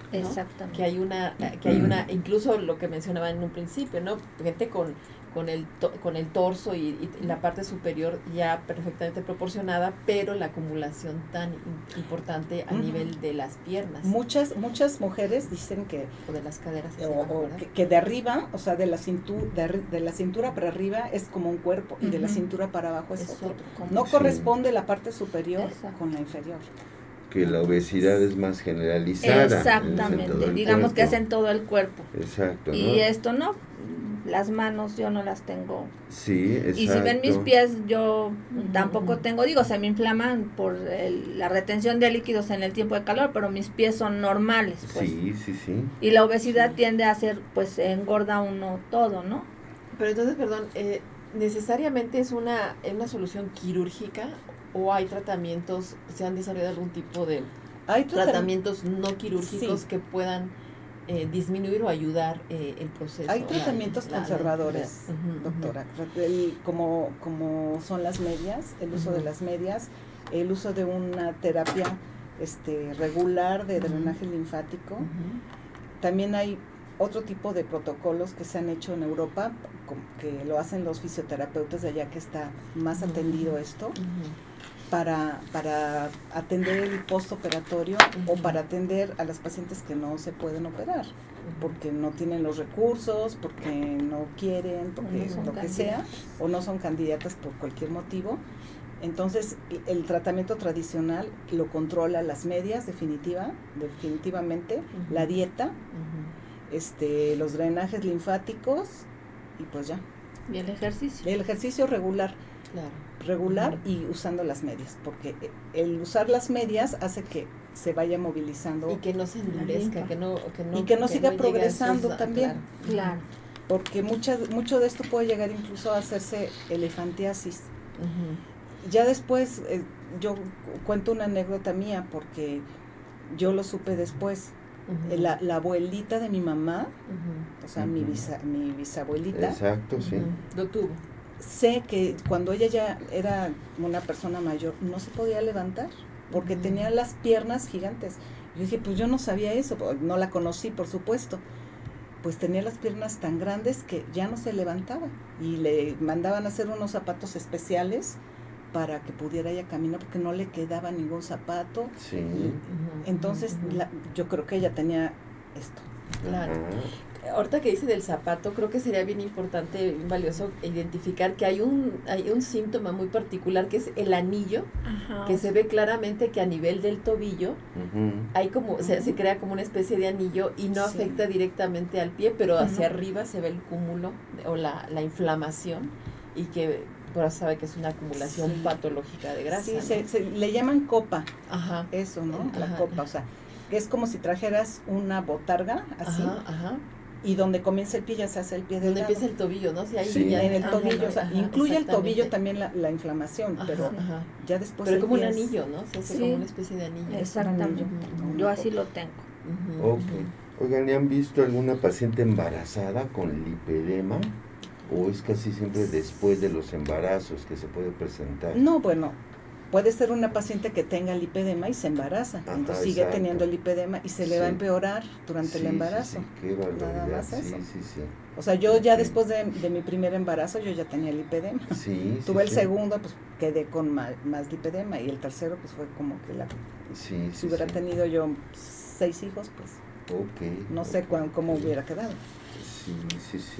¿no? Exactamente. Que hay una, que hay una, incluso lo que mencionaba en un principio, ¿no? Gente con, con el to, con el torso y, y la parte superior ya perfectamente proporcionada, pero la acumulación tan in, importante a uh-huh. nivel de las piernas. Muchas, muchas mujeres dicen que o de las caderas, o, o que, que de arriba, o sea, de la cintura, de, de la cintura para arriba es como un cuerpo uh-huh. y de la cintura para abajo es, es otro. otro. No sí. corresponde la parte superior Exacto. con la inferior. Que la obesidad es más generalizada. Exactamente, digamos cuerpo. que hacen todo el cuerpo. Exacto, ¿no? Y esto no, las manos yo no las tengo. Sí, exacto. Y si ven mis pies, yo uh-huh. tampoco tengo, digo, se me inflaman por el, la retención de líquidos en el tiempo de calor, pero mis pies son normales, pues. Sí, sí, sí. Y la obesidad sí. tiende a hacer, pues, engorda uno todo, ¿no? Pero entonces, perdón, eh, ¿necesariamente es una, una solución quirúrgica o hay tratamientos, se han desarrollado algún tipo de hay tratamientos no quirúrgicos sí. que puedan eh, disminuir o ayudar eh, el proceso? Hay tratamientos la, conservadores, la, la, uh-huh, doctora, uh-huh. el, como, como son las medias, el uso uh-huh. de las medias, el uso de una terapia este, regular de drenaje uh-huh. linfático. Uh-huh. También hay otro tipo de protocolos que se han hecho en Europa, que lo hacen los fisioterapeutas de allá, que está más uh-huh. atendido esto. Uh-huh. Para, para atender el postoperatorio uh-huh. o para atender a las pacientes que no se pueden operar, uh-huh. porque no tienen los recursos, porque no quieren, porque no lo que sea, o no son candidatas por cualquier motivo. Entonces, el tratamiento tradicional lo controla las medias, definitiva, definitivamente, uh-huh. la dieta, uh-huh. este, los drenajes linfáticos, y pues ya. Y el ejercicio. El ejercicio regular. Claro. regular uh-huh. y usando las medias, porque el usar las medias hace que se vaya movilizando y que no se endurezca, que no, que no, y que no que siga no progresando sus, también, claro, claro. porque mucha, mucho de esto puede llegar incluso a hacerse elefantiasis. Uh-huh. Ya después eh, yo cuento una anécdota mía, porque yo lo supe después. Uh-huh. la, la abuelita de mi mamá, uh-huh. o sea, uh-huh. mi, bisa, mi bisabuelita, exacto, sí, uh-huh. lo tuvo. Sé que cuando ella ya era una persona mayor, no se podía levantar, porque uh-huh. tenía las piernas gigantes. Yo dije, pues yo no sabía eso, no la conocí, por supuesto. Pues tenía las piernas tan grandes que ya no se levantaba. Y le mandaban a hacer unos zapatos especiales para que pudiera ella caminar, porque no le quedaba ningún zapato. Sí. Y, uh-huh. Entonces, uh-huh. la, yo creo que ella tenía esto. Claro. Ahorita que dice del zapato, creo que sería bien importante, bien valioso identificar que hay un hay un síntoma muy particular que es el anillo, Ajá. que se ve claramente que a nivel del tobillo uh-huh. hay como uh-huh. se, se crea como una especie de anillo y no sí. afecta directamente al pie, pero uh-huh. hacia arriba se ve el cúmulo o la, la inflamación, y que por eso sabe que es una acumulación sí. patológica de grasa. Sí, ¿no? se, se le llaman copa. Ajá. Eso, ¿no? La Ajá. copa, o sea, que es como si trajeras una botarga así. Ajá, ajá. Y donde comienza el pie ya se hace el pie delgado. Donde empieza el tobillo, ¿no? Si ahí sí, ya, en el ajá, tobillo, o sea, ajá, incluye el tobillo también la, la inflamación, ajá, pero ajá. ya después pero el como pie un es, anillo, ¿no? Se hace sí. como una especie de anillo. Exactamente. Uh-huh. Yo así lo tengo. Uh-huh. Ok. Oigan, ¿han visto alguna paciente embarazada con lipedema? ¿O es casi siempre después de los embarazos que se puede presentar? No, bueno, puede ser una paciente que tenga lipedema y se embaraza, Ajá, entonces sigue exacto. teniendo lipedema y se le sí. va a empeorar durante sí, el embarazo. Sí, sí, qué barbaridad. Nada más eso. Sí, sí, sí. O sea, yo okay. ya después de, de mi primer embarazo yo ya tenía lipedema. Sí, Tuve sí, el sí. segundo, pues quedé con más, más lipedema, y el tercero pues fue como que la... Sí, si sí, hubiera sí. tenido yo seis hijos, pues okay, no okay. sé cuán, cómo hubiera quedado. Sí, sí, sí.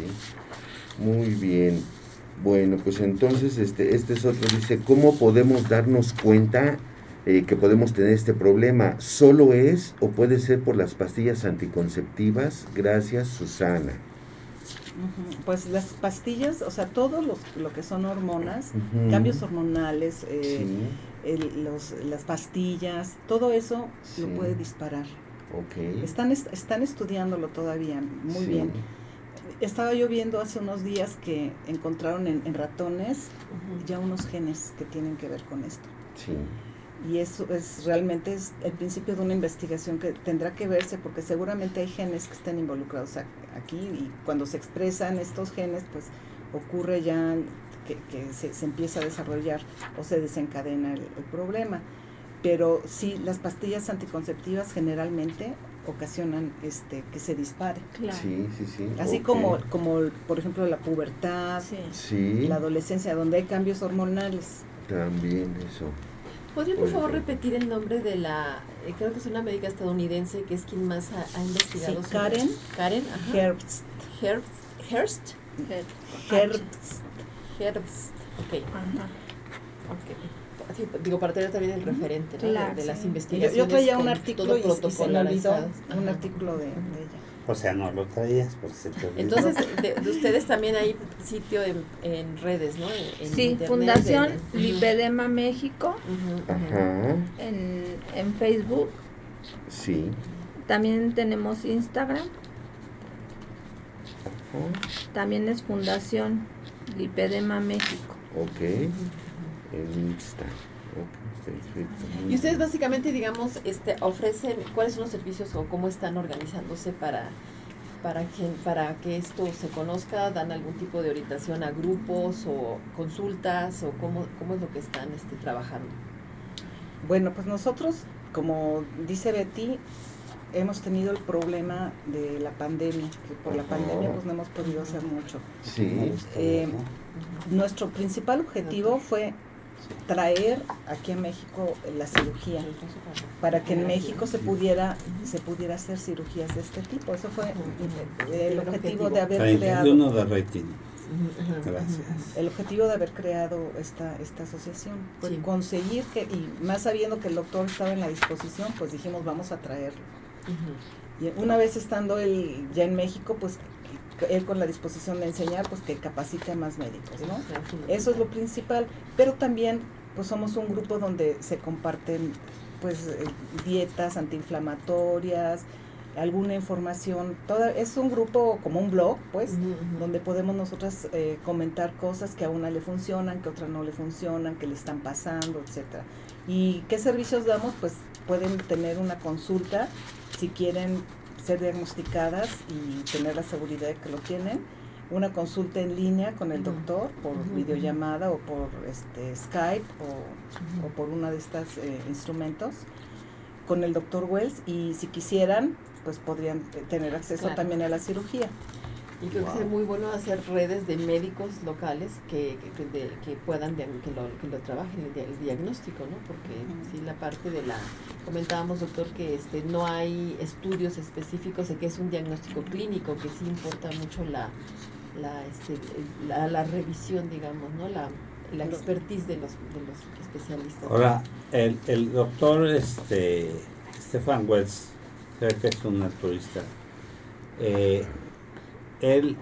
Muy bien. Bueno, pues entonces este este es otro, dice, ¿cómo podemos darnos cuenta eh, que podemos tener este problema? ¿Solo es o puede ser por las pastillas anticonceptivas? Gracias, Susana. Uh-huh. Pues las pastillas, o sea, todo los, lo que son hormonas, uh-huh. cambios hormonales, eh, sí. el, los, las pastillas, todo eso sí. lo puede disparar. Okay. Están, est- están estudiándolo todavía, muy sí. bien. Estaba yo viendo hace unos días que encontraron en, en ratones uh-huh. ya unos genes que tienen que ver con esto. Sí. Y eso es realmente es el principio de una investigación que tendrá que verse, porque seguramente hay genes que están involucrados aquí, y cuando se expresan estos genes, pues ocurre ya que, que se, se empieza a desarrollar o se desencadena el, el problema. Pero sí, las pastillas anticonceptivas generalmente ocasionan este que se dispare. Claro. Sí, sí, sí. Así okay. como, como, por ejemplo, la pubertad, Sí. Sí. la adolescencia, donde hay cambios hormonales. También eso. ¿Podrían por Oye. favor repetir el nombre de la, eh, creo que es una médica estadounidense, que es quien más ha, ha investigado? Sí, sobre- Karen Karen, ajá. Herbst. Herbst. Herbst. Herbst. Herbst. Ok. Ajá. Ok. Sí, digo, para tener también el referente, ¿no? Claro, de, de las sí. Yo, investigaciones. yo traía un con artículo todo y, y se me olvidó protocolarizadas. un Ajá. artículo de, de ella. O sea, no lo traías, pues se te olvidó. Entonces, de, de ustedes también hay sitio en, en redes, ¿no? En, en Sí, internet, Fundación en- Lipedema México Ujú, ujú. Ajá. en, en Facebook. Sí. También tenemos Instagram. Ajá. También es Fundación Lipedema México. Ok. En Insta. Ok, perfecto. Y ustedes básicamente, digamos, este, ofrecen, ¿cuáles son los servicios o cómo están organizándose para, para, que, para que esto se conozca? ¿Dan algún tipo de orientación a grupos o consultas o cómo, cómo es lo que están este, trabajando? Bueno, pues nosotros, como dice Betty, hemos tenido el problema de la pandemia, que por la Ajá. pandemia pues no hemos podido hacer mucho. Sí. Eh, nuestro principal objetivo fue traer aquí a México la cirugía, para que en México se pudiera se pudiera hacer cirugías de este tipo. Eso fue el objetivo de haber treinta y creado uno de rating. Ujú, ujú, Gracias. ujú. el objetivo de haber creado esta esta asociación fue Sí. conseguir que, y más sabiendo que el doctor estaba en la disposición, pues dijimos vamos a traerlo. Ujú. Y una vez estando él ya en México, pues que- él con la disposición de enseñar, pues que capacite a más médicos, ¿no? Eso es lo principal, pero también pues somos un grupo donde se comparten pues eh, dietas antiinflamatorias, alguna información, toda, es un grupo como un blog, pues, Ujú, ujú. donde podemos nosotras eh, comentar cosas que a una le funcionan, que a otra no le funcionan, que le están pasando, etcétera. ¿Y qué servicios damos? Pues pueden tener una consulta si quieren ser diagnosticadas y tener la seguridad de que lo tienen, una consulta en línea con el Ujú. doctor por Ujú, videollamada o por este Skype o, Ujú. o por una de estas eh, instrumentos con el doctor Wells, y si quisieran pues podrían eh, tener acceso Claro. también a la cirugía. Y creo Wow. que es muy bueno hacer redes de médicos locales que, que, que de- que puedan, dia- que lo, que lo trabajen, el, dia- el diagnóstico, ¿no? Porque Ujú. sí, la parte de la, comentábamos, doctor, que este no hay estudios específicos de que es un diagnóstico clínico, que sí importa mucho la, la, este, la, la revisión, digamos, ¿no? La, la expertise de los, de los especialistas. Ahora, el, el doctor este, Stefan Wells, sé que es un naturista, eh, él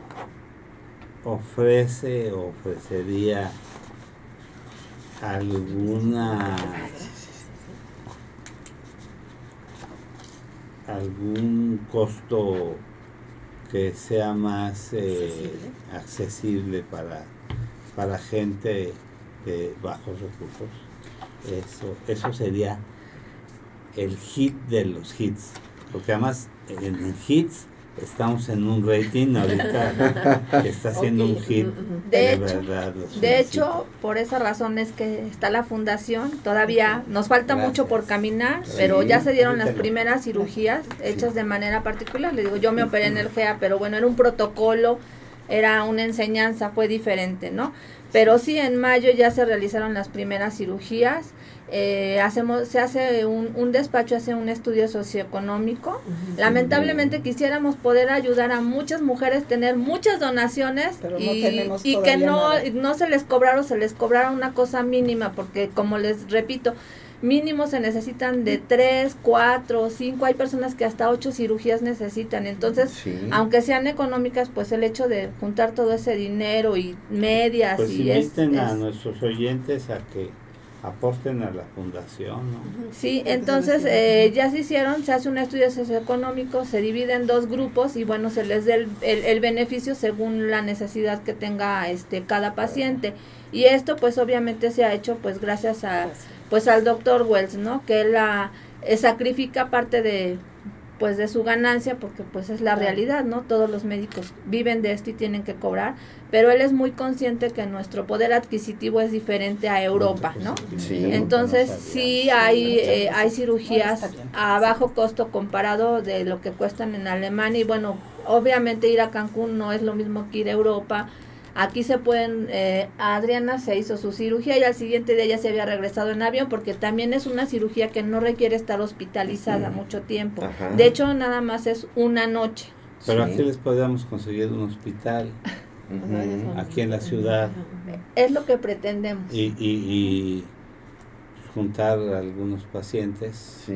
ofrece o ofrecería alguna algún costo que sea más eh, Accesible. accesible para para gente de bajos recursos. Eso eso sería el hit de los hits, porque además en, en hits estamos en un rating ahorita que está siendo Ok, un hit. ujú, ujú. De de hecho, verdad, los De felicito. hecho, por esa razón es que está la fundación. Todavía nos falta Gracias. mucho por caminar, Sí, pero ya se dieron las ahorita lo- primeras cirugías hechas Sí. de manera particular. Le digo, yo me operé en el G E A, pero bueno, era un protocolo, era una enseñanza, fue diferente, ¿no? Pero sí, en mayo ya se realizaron las primeras cirugías. Eh, hacemos, se hace un, un despacho, hace un estudio socioeconómico. Ujú. Lamentablemente quisiéramos poder ayudar a muchas mujeres, tener muchas donaciones Pero no y, tenemos y que todavía no, nada. no se les cobrara o se les cobrara una cosa mínima, porque como les repito, mínimo se necesitan de tres, cuatro, cinco, hay personas que hasta ocho cirugías necesitan. Entonces, Sí. aunque sean económicas, pues el hecho de juntar todo ese dinero y medias Pues y es, inviten a es- nuestros oyentes a que aporten a la fundación, ¿no? Ujú. Sí, Creo que entonces se lo eh, hicieron. ya se hicieron, se hace un estudio socioeconómico, se divide en dos grupos y bueno, se les da el, el, el beneficio según la necesidad que tenga este cada paciente. Y esto pues obviamente se ha hecho pues gracias a pues al doctor Wells, ¿no? Que él la, eh, sacrifica parte de pues de su ganancia, porque pues es la realidad, ¿no? Todos los médicos viven de esto y tienen que cobrar, pero él es muy consciente que nuestro poder adquisitivo es diferente a Europa, ¿no? Sí. Entonces sí hay eh, hay cirugías a bajo costo comparado de lo que cuestan en Alemania, y bueno, obviamente ir a Cancún no es lo mismo que ir a Europa. Aquí se pueden, eh, Adriana se hizo su cirugía y al siguiente día ya se había regresado en avión, porque también es una cirugía que no requiere estar hospitalizada mm. mucho tiempo. Ajá. De hecho, nada más es una noche. Pero sí. aquí les podríamos conseguir un hospital, uh-huh. aquí en la ciudad. Es lo que pretendemos. Y, y, y juntar a algunos pacientes. Sí.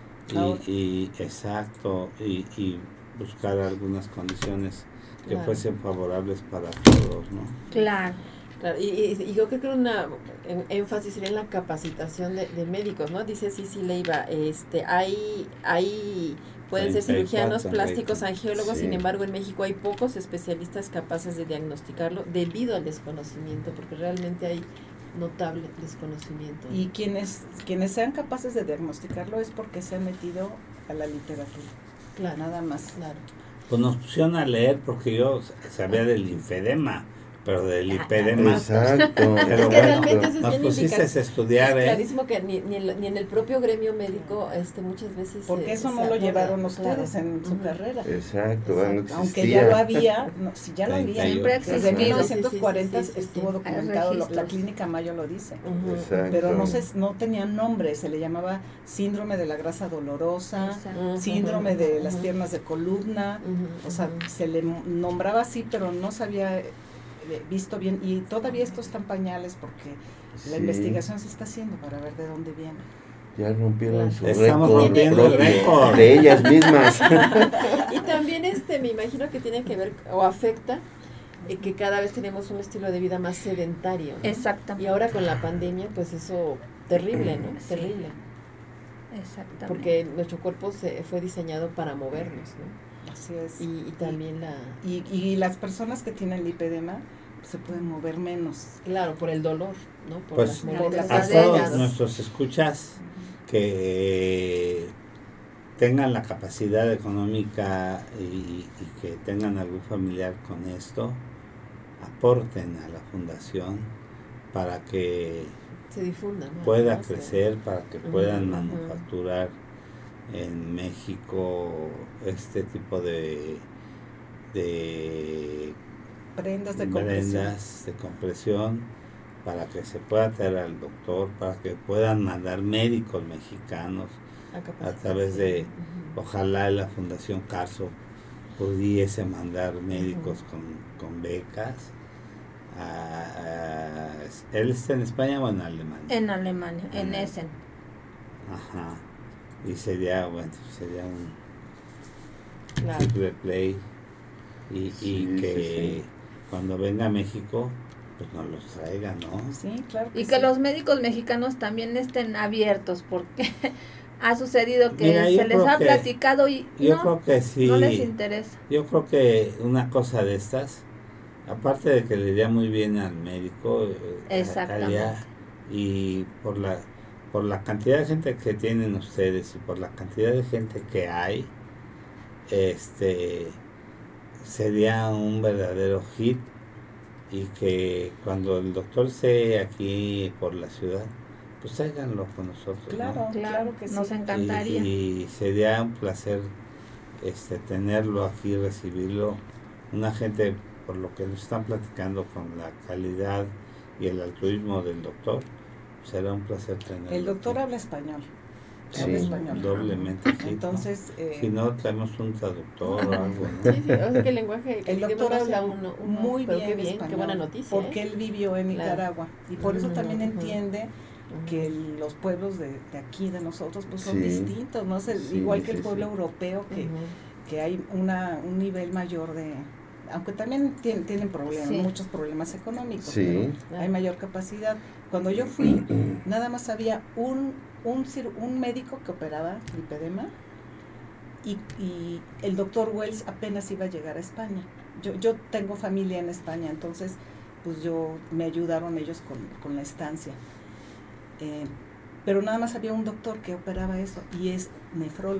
Y, y exacto, y, y buscar algunas condiciones que claro. fuesen favorables para todos, ¿no? Claro. Claro, y, y, y yo creo que una en, énfasis sería en la capacitación de, de médicos, ¿no? Dice Cici Leiva, este, hay, hay, pueden ser cirujanos plásticos, angiólogos, sí. Sin embargo en México hay pocos especialistas capaces de diagnosticarlo debido al desconocimiento, porque realmente hay notable desconocimiento. Y quienes, quienes sean capaces de diagnosticarlo es porque se han metido a la literatura. Claro. Nada más. Claro. Pues nos pusieron a leer porque yo sabía del linfedema, pero del lipedema. Exacto. Pero es que bueno, realmente eso es nos bien pusiste a estudiar, es ¿eh? clarísimo que ni, ni, en, ni en el propio gremio médico este muchas veces... Porque eso no lo llevaron ustedes en su carrera. Exacto. Bueno, no aunque ya lo había, no, si ya lo había. Siempre existido. Desde mil novecientos cuarenta sí, sí, sí, sí, estuvo sí. documentado, lo, la clínica Mayo lo dice. Uh-huh. Exacto. Pero no, se, no tenía nombre, se le llamaba síndrome de la grasa dolorosa, Exacto. síndrome uh-huh. de las piernas de columna, uh-huh. o sea, se le nombraba así, pero no sabía... visto bien, y todavía estos están pañales porque sí. la investigación se está haciendo para ver de dónde viene. Ya rompieron su Estamos récord rompiendo el récord de ellas mismas. Y también este me imagino que tiene que ver o afecta eh, que cada vez tenemos un estilo de vida más sedentario, ¿no? Exactamente. Y ahora con la pandemia pues eso terrible, ¿no? Sí. Terrible. Exactamente. Porque nuestro cuerpo se fue diseñado para movernos, ¿no? Así es. Y, y también y, la... Y, y las personas que tienen lipedema se pueden mover menos. Claro, por el dolor, ¿no? Por pues las a todos nuestros escuchas que tengan la capacidad económica y, y que tengan algún familiar con esto, aporten a la fundación para que se difunda, ¿no? pueda ¿no? crecer, para que puedan uh-huh, manufacturar en México este tipo de de prendas de prendas de compresión, para que se pueda traer al doctor, para que puedan mandar médicos mexicanos a, a través de, uh-huh. ojalá la Fundación Carso pudiese mandar médicos uh-huh. con, con becas. A, a, ¿Él está en España o en Alemania? En Alemania, en, en Essen. Ajá. Y sería, bueno, sería un claro. triple play y, y sí, que sí, sí. cuando venga a México pues nos los traiga, ¿no? Sí, claro que y que sí. los médicos mexicanos también estén abiertos, porque ha sucedido que Mira, se les ha que, platicado y yo no, creo que sí, no les interesa. Yo creo que una cosa de estas, aparte de que le iría muy bien al médico, exactamente, allá, y por la por la cantidad de gente que tienen ustedes y por la cantidad de gente que hay, este sería un verdadero hit, y que cuando el doctor esté aquí por la ciudad, pues háganlo con nosotros. Claro, ¿no? claro que nos sí. encantaría. Y, y sería un placer este tenerlo aquí, recibirlo. Una gente, por lo que nos están platicando, con la calidad y el altruismo del doctor, será un placer tenerlo. El doctor aquí. habla español. Sí, habla español. Doblemente. Sí, entonces, ¿no? eh, Si no, traemos un traductor o algo, ¿no? Sí, sí, o sea que el lenguaje que el doctor habla uno, uno, muy pero bien, qué bien, español, qué buena noticia. porque ¿eh? él vivió en claro. Nicaragua y por eso uh-huh, también uh-huh. entiende uh-huh. que los pueblos de, de aquí, de nosotros, pues son sí. distintos, no sé, sí, igual que sí, el pueblo sí. europeo, que, uh-huh. que hay una un nivel mayor de, aunque también tienen, tienen problemas, sí. muchos problemas económicos, Sí. pero hay mayor capacidad. Cuando yo fui, nada más había un un, un médico que operaba lipedema y, y el doctor Wells apenas iba a llegar a España. Yo, yo tengo familia en España, entonces pues yo me ayudaron ellos con, con la estancia. Eh, pero nada más había un doctor que operaba eso y es nefrólogo.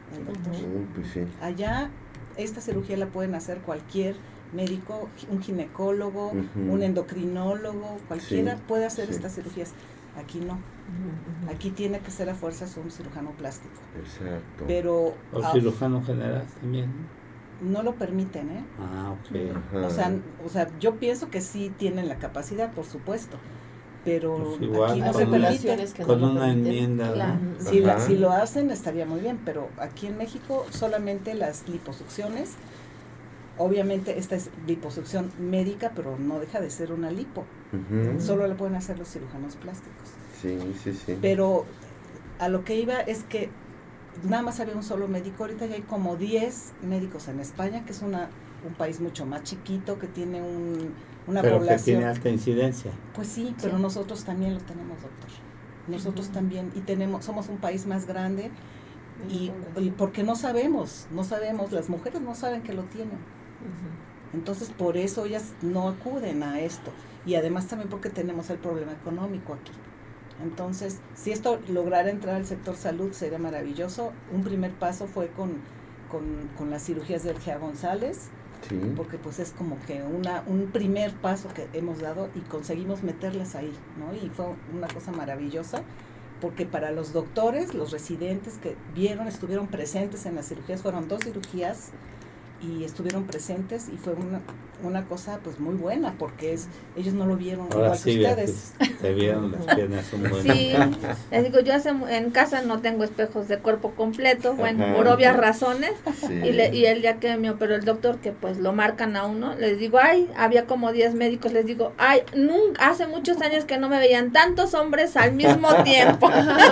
al doctor. Uh, pues sí. Allá esta cirugía la pueden hacer cualquier médico, un ginecólogo, uh-huh. un endocrinólogo, cualquiera sí, puede hacer sí. estas cirugías. Aquí no. Uh-huh. Aquí tiene que ser a fuerzas un cirujano plástico. Exacto. Pero o ah, cirujano general también. No lo permiten, ¿eh? Ah, ok. O sea, o sea, yo pienso que sí tienen la capacidad, por supuesto, pero pues igual, aquí no se permite. Con no una enmienda. Claro. Si, la, si lo hacen estaría muy bien, pero aquí en México solamente las liposucciones, obviamente esta es liposucción médica, pero no deja de ser una lipo. Uh-huh. Solo la pueden hacer los cirujanos plásticos. Sí, sí, sí. Pero a lo que iba es que nada más había un solo médico, ahorita ya hay como diez médicos en España, que es una un país mucho más chiquito, que tiene un, una pero población. Que tiene alta incidencia. Pues sí, pero sí. nosotros también lo tenemos, doctor. Nosotros uh-huh. también, y tenemos, somos un país más grande, y, y porque no sabemos, no sabemos, las mujeres no saben que lo tienen. Uh-huh. Entonces, por eso ellas no acuden a esto, y además también porque tenemos el problema económico aquí. Entonces, si esto lograra entrar al sector salud, sería maravilloso. Un primer paso fue con, con, con las cirugías de Ergia González, sí. porque pues es como que una un primer paso que hemos dado y conseguimos meterlas ahí, ¿no? Y fue una cosa maravillosa, porque para los doctores, los residentes que vieron, estuvieron presentes en las cirugías, fueron dos cirugías, y estuvieron presentes y fue una, una cosa pues muy buena porque es ellos no lo vieron ahora igual sí, que ustedes. Te vieron las piernas un buen. Sí, les digo, yo hace, en casa no tengo espejos de cuerpo completo, bueno, Ajá. por obvias razones, Sí. y, le, y el día que me operó el doctor, que pues lo marcan a uno, les digo, ay, había como diez médicos, les digo, ay, nunca, hace muchos años que no me veían tantos hombres al mismo tiempo.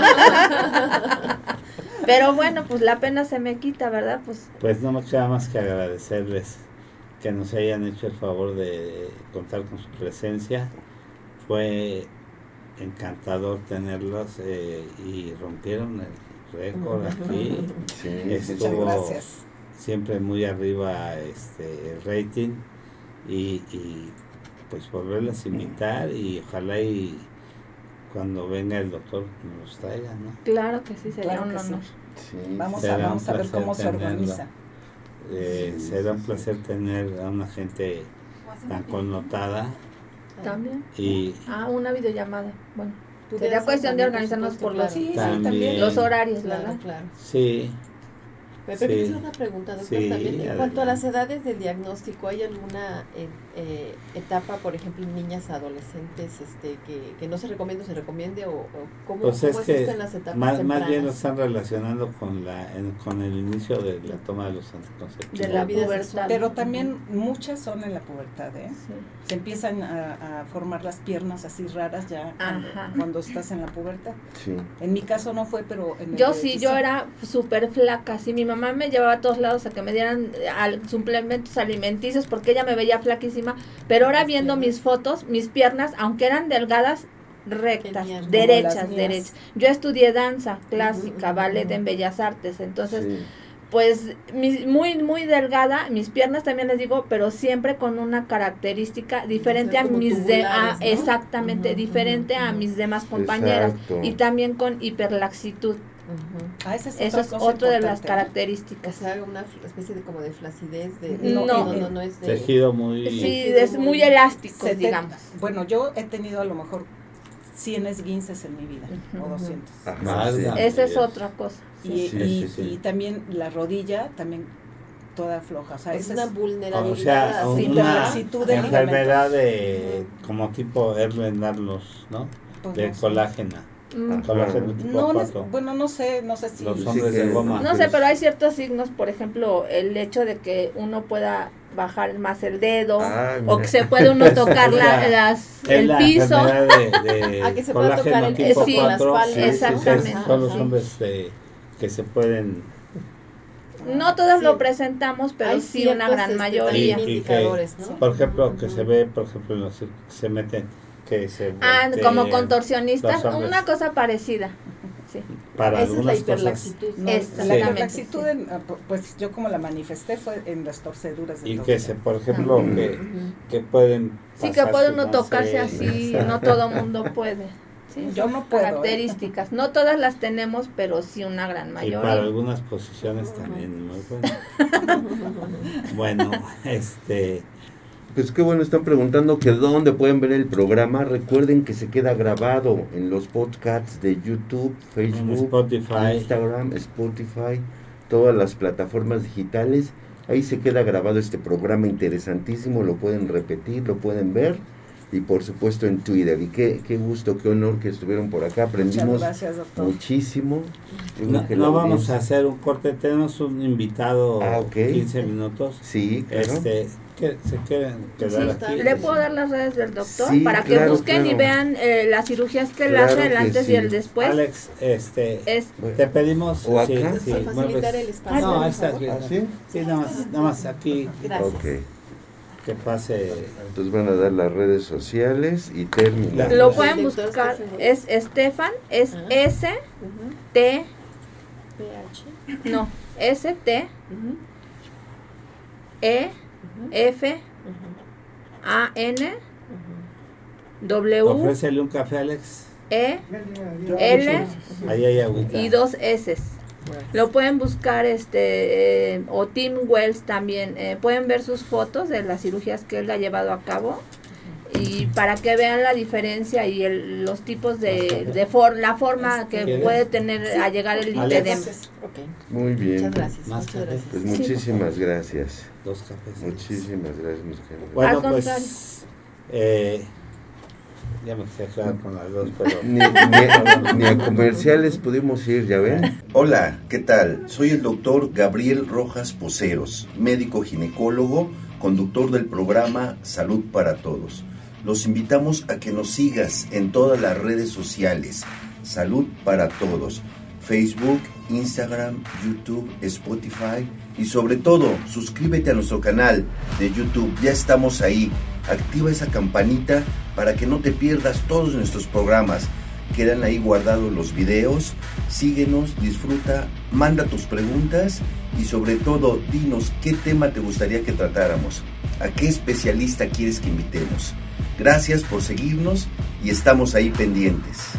Pero bueno, pues la pena se me quita, ¿verdad? Pues pues no me queda más que agradecerles que nos hayan hecho el favor de contar con su presencia. Fue encantador tenerlos eh, y rompieron el récord aquí. Sí, estuvo muchas gracias. Siempre muy arriba este el rating y, y pues volverles a invitar y ojalá y cuando venga el doctor nos traiga, ¿no? claro que sí, sería Claro un que honor. sí. Sí. Vamos, a, Será vamos un a ver placer cómo se tenerlo. organiza. Eh, Sí, será un sí, placer tener a una gente tan connotada También. y Ah, una videollamada. Bueno, Pudiera sería ser cuestión de también, organizarnos por por los, supuesto, Sí, También. sí, también. los horarios, Claro, ¿verdad? claro. sí, ¿Me permites Sí. una pregunta, doctor? Sí, También, en cuanto a adelante. las edades del diagnóstico, ¿hay alguna eh, eh, etapa, por ejemplo, en niñas adolescentes, este, que, que no se recomienda o se recomiende, o, o cómo, pues cómo es es que esto en las etapas más, tempranas? más bien lo están relacionando con la en- con el inicio de la toma de los anticonceptivos. De la vida pubertad. sexual. Pero también muchas son en la pubertad, ¿eh? Sí. Se empiezan a, a formar las piernas así raras ya cuando, Ajá. cuando estás en la pubertad. Sí. En mi caso no fue, pero en el Yo de- sí, yo era súper flaca, sí, mi mamá me llevaba a todos lados a que me dieran eh, al, suplementos alimenticios porque ella me veía flaquísima, pero ahora viendo mis fotos, mis piernas, aunque eran delgadas, rectas, Tenían como derechas, las mías. derechas. Yo estudié danza clásica, Ujú, ballet ujú. en Bellas Artes, entonces, Sí. pues, mi- muy, muy delgada, mis piernas también les digo, pero siempre con una característica diferente a Como mis de, a- tubulares, ¿no? exactamente, Ujú, diferente ujú, a ujú. mis demás compañeras, Exacto. y también con hiperlaxitud. Ujú. Ah, esa es Eso otra es cosa otra de las importante, ¿eh? O características. sea, una fl- especie de como de flacidez, de, No, no, no, eh, no, no es de... Tejido muy Sí, es muy elástico, Se te- digamos. Bueno, yo he tenido a lo mejor cien esguinces en mi vida, Ujú. o doscientos. Ajá, Válgame. sí. Esa es Dios. otra cosa. Y, Sí, y, sí, sí. y también la rodilla, también toda floja. O sea, Es esa una es- vulnerabilidad. o sea, así, Sí, una laxitud de enfermedad de como tipo Erlendarlos, ¿no? pues, De no sé. colágena, Mm, colágeno tipo No, no, cuatro. bueno, no sé, no sé si... Los Sí hombres que- de goma. No sé, pero hay ciertos signos, por ejemplo, el hecho de que uno pueda bajar más el dedo, Ah, o mira. que se puede uno tocar Es la, la- las, Es el la piso. enfermedad de, de Ah, que se pueda colágeno tocar el tipo piso con la cuatro, espalda. sí, sí, sí, Exactamente. son los Sí. hombres eh, que se pueden No todos Sí. lo presentamos, pero Hay sí una ciertos, gran este, mayoría. también Y- y indicadores, que, ¿no? por ejemplo, que Ujú. se ve, por ejemplo, en los circos, que se meten, que se Ah, voltean como contorsionistas, los hombres. una cosa parecida. Sí. para Esa es la algunas cosas. hiperlaxitud. No, Exactamente, la laxitud, sí. en- ah, pu- pues yo como la manifesté fue en las torceduras de Y tobillo. que se, por ejemplo, Ujú. que, Ujú. que pueden Sí, que pasarse, puede uno no tocarse sé, así, esa- no todo mundo puede. Sí, yo no puedo. Características. No todas las tenemos, pero sí una gran mayoría. Y para algunas posiciones también muy bueno. Bueno, este... Pues qué bueno, están preguntando que dónde pueden ver el programa. Recuerden que se queda grabado en los podcasts de YouTube, Facebook, Spotify. Instagram, Spotify, todas las plataformas digitales. Ahí se queda grabado este programa interesantísimo, lo pueden repetir, lo pueden ver. Y por supuesto en Twitter. Y qué, qué gusto, qué honor que estuvieron por acá. Aprendimos gracias, muchísimo. No, no vamos a hacer un corte, tenemos un invitado ah, okay. quince minutos. Sí, claro. Este, que se quieren quedar sí, aquí. ¿Le puedo dar las redes del doctor? Sí, para claro, que busquen claro. y vean eh, las cirugías que él Claro hace, el que antes sí. y el después. Alex, este, es, te pedimos ¿O acá? sí, sí, Para facilitar mueves- el espacio. No, por estás favor. bien. ¿Ah, sí? Sí, nada más, nada más aquí Gracias. Ok. que pase. Entonces van a dar las redes sociales y terminar. lo Sí. pueden El doctor buscar. Estefan. Es Estefan, es Ah. S Ujú. T, P H. no, S T Ujú. E Ujú. F Ujú. A N Ujú. W Ofrécele un café, Alex. E L Ahí hay agüita. y dos S. Lo pueden buscar este eh, o Tim Wells también. Eh, pueden ver sus fotos de las cirugías que él ha llevado a cabo y para que vean la diferencia y el, los tipos de, de for, la forma que ¿Quieres? puede tener a llegar el Alex. lipedema. Ok. Muy bien. Muchas gracias. Más Muchas café. gracias. Pues muchísimas gracias. Dos cafés. Muchísimas gracias, mis queridos. Bueno, Al contrario. pues eh, ya me quedé claro con las dos, pero Ni, ni- ni a comerciales pudimos ir, ¿ya ven? Hola, ¿qué tal? Soy el doctor Gabriel Rojas Poceros, médico ginecólogo, conductor del programa Salud para Todos. Los invitamos a que nos sigas en todas las redes sociales, Salud para Todos, Facebook, Instagram, YouTube, Spotify y sobre todo, suscríbete a nuestro canal de YouTube, ya estamos ahí. Activa esa campanita para que no te pierdas todos nuestros programas. Quedan ahí guardados los videos. Síguenos, disfruta, manda tus preguntas y sobre todo dinos qué tema te gustaría que tratáramos, a qué especialista quieres que invitemos. Gracias por seguirnos y estamos ahí pendientes.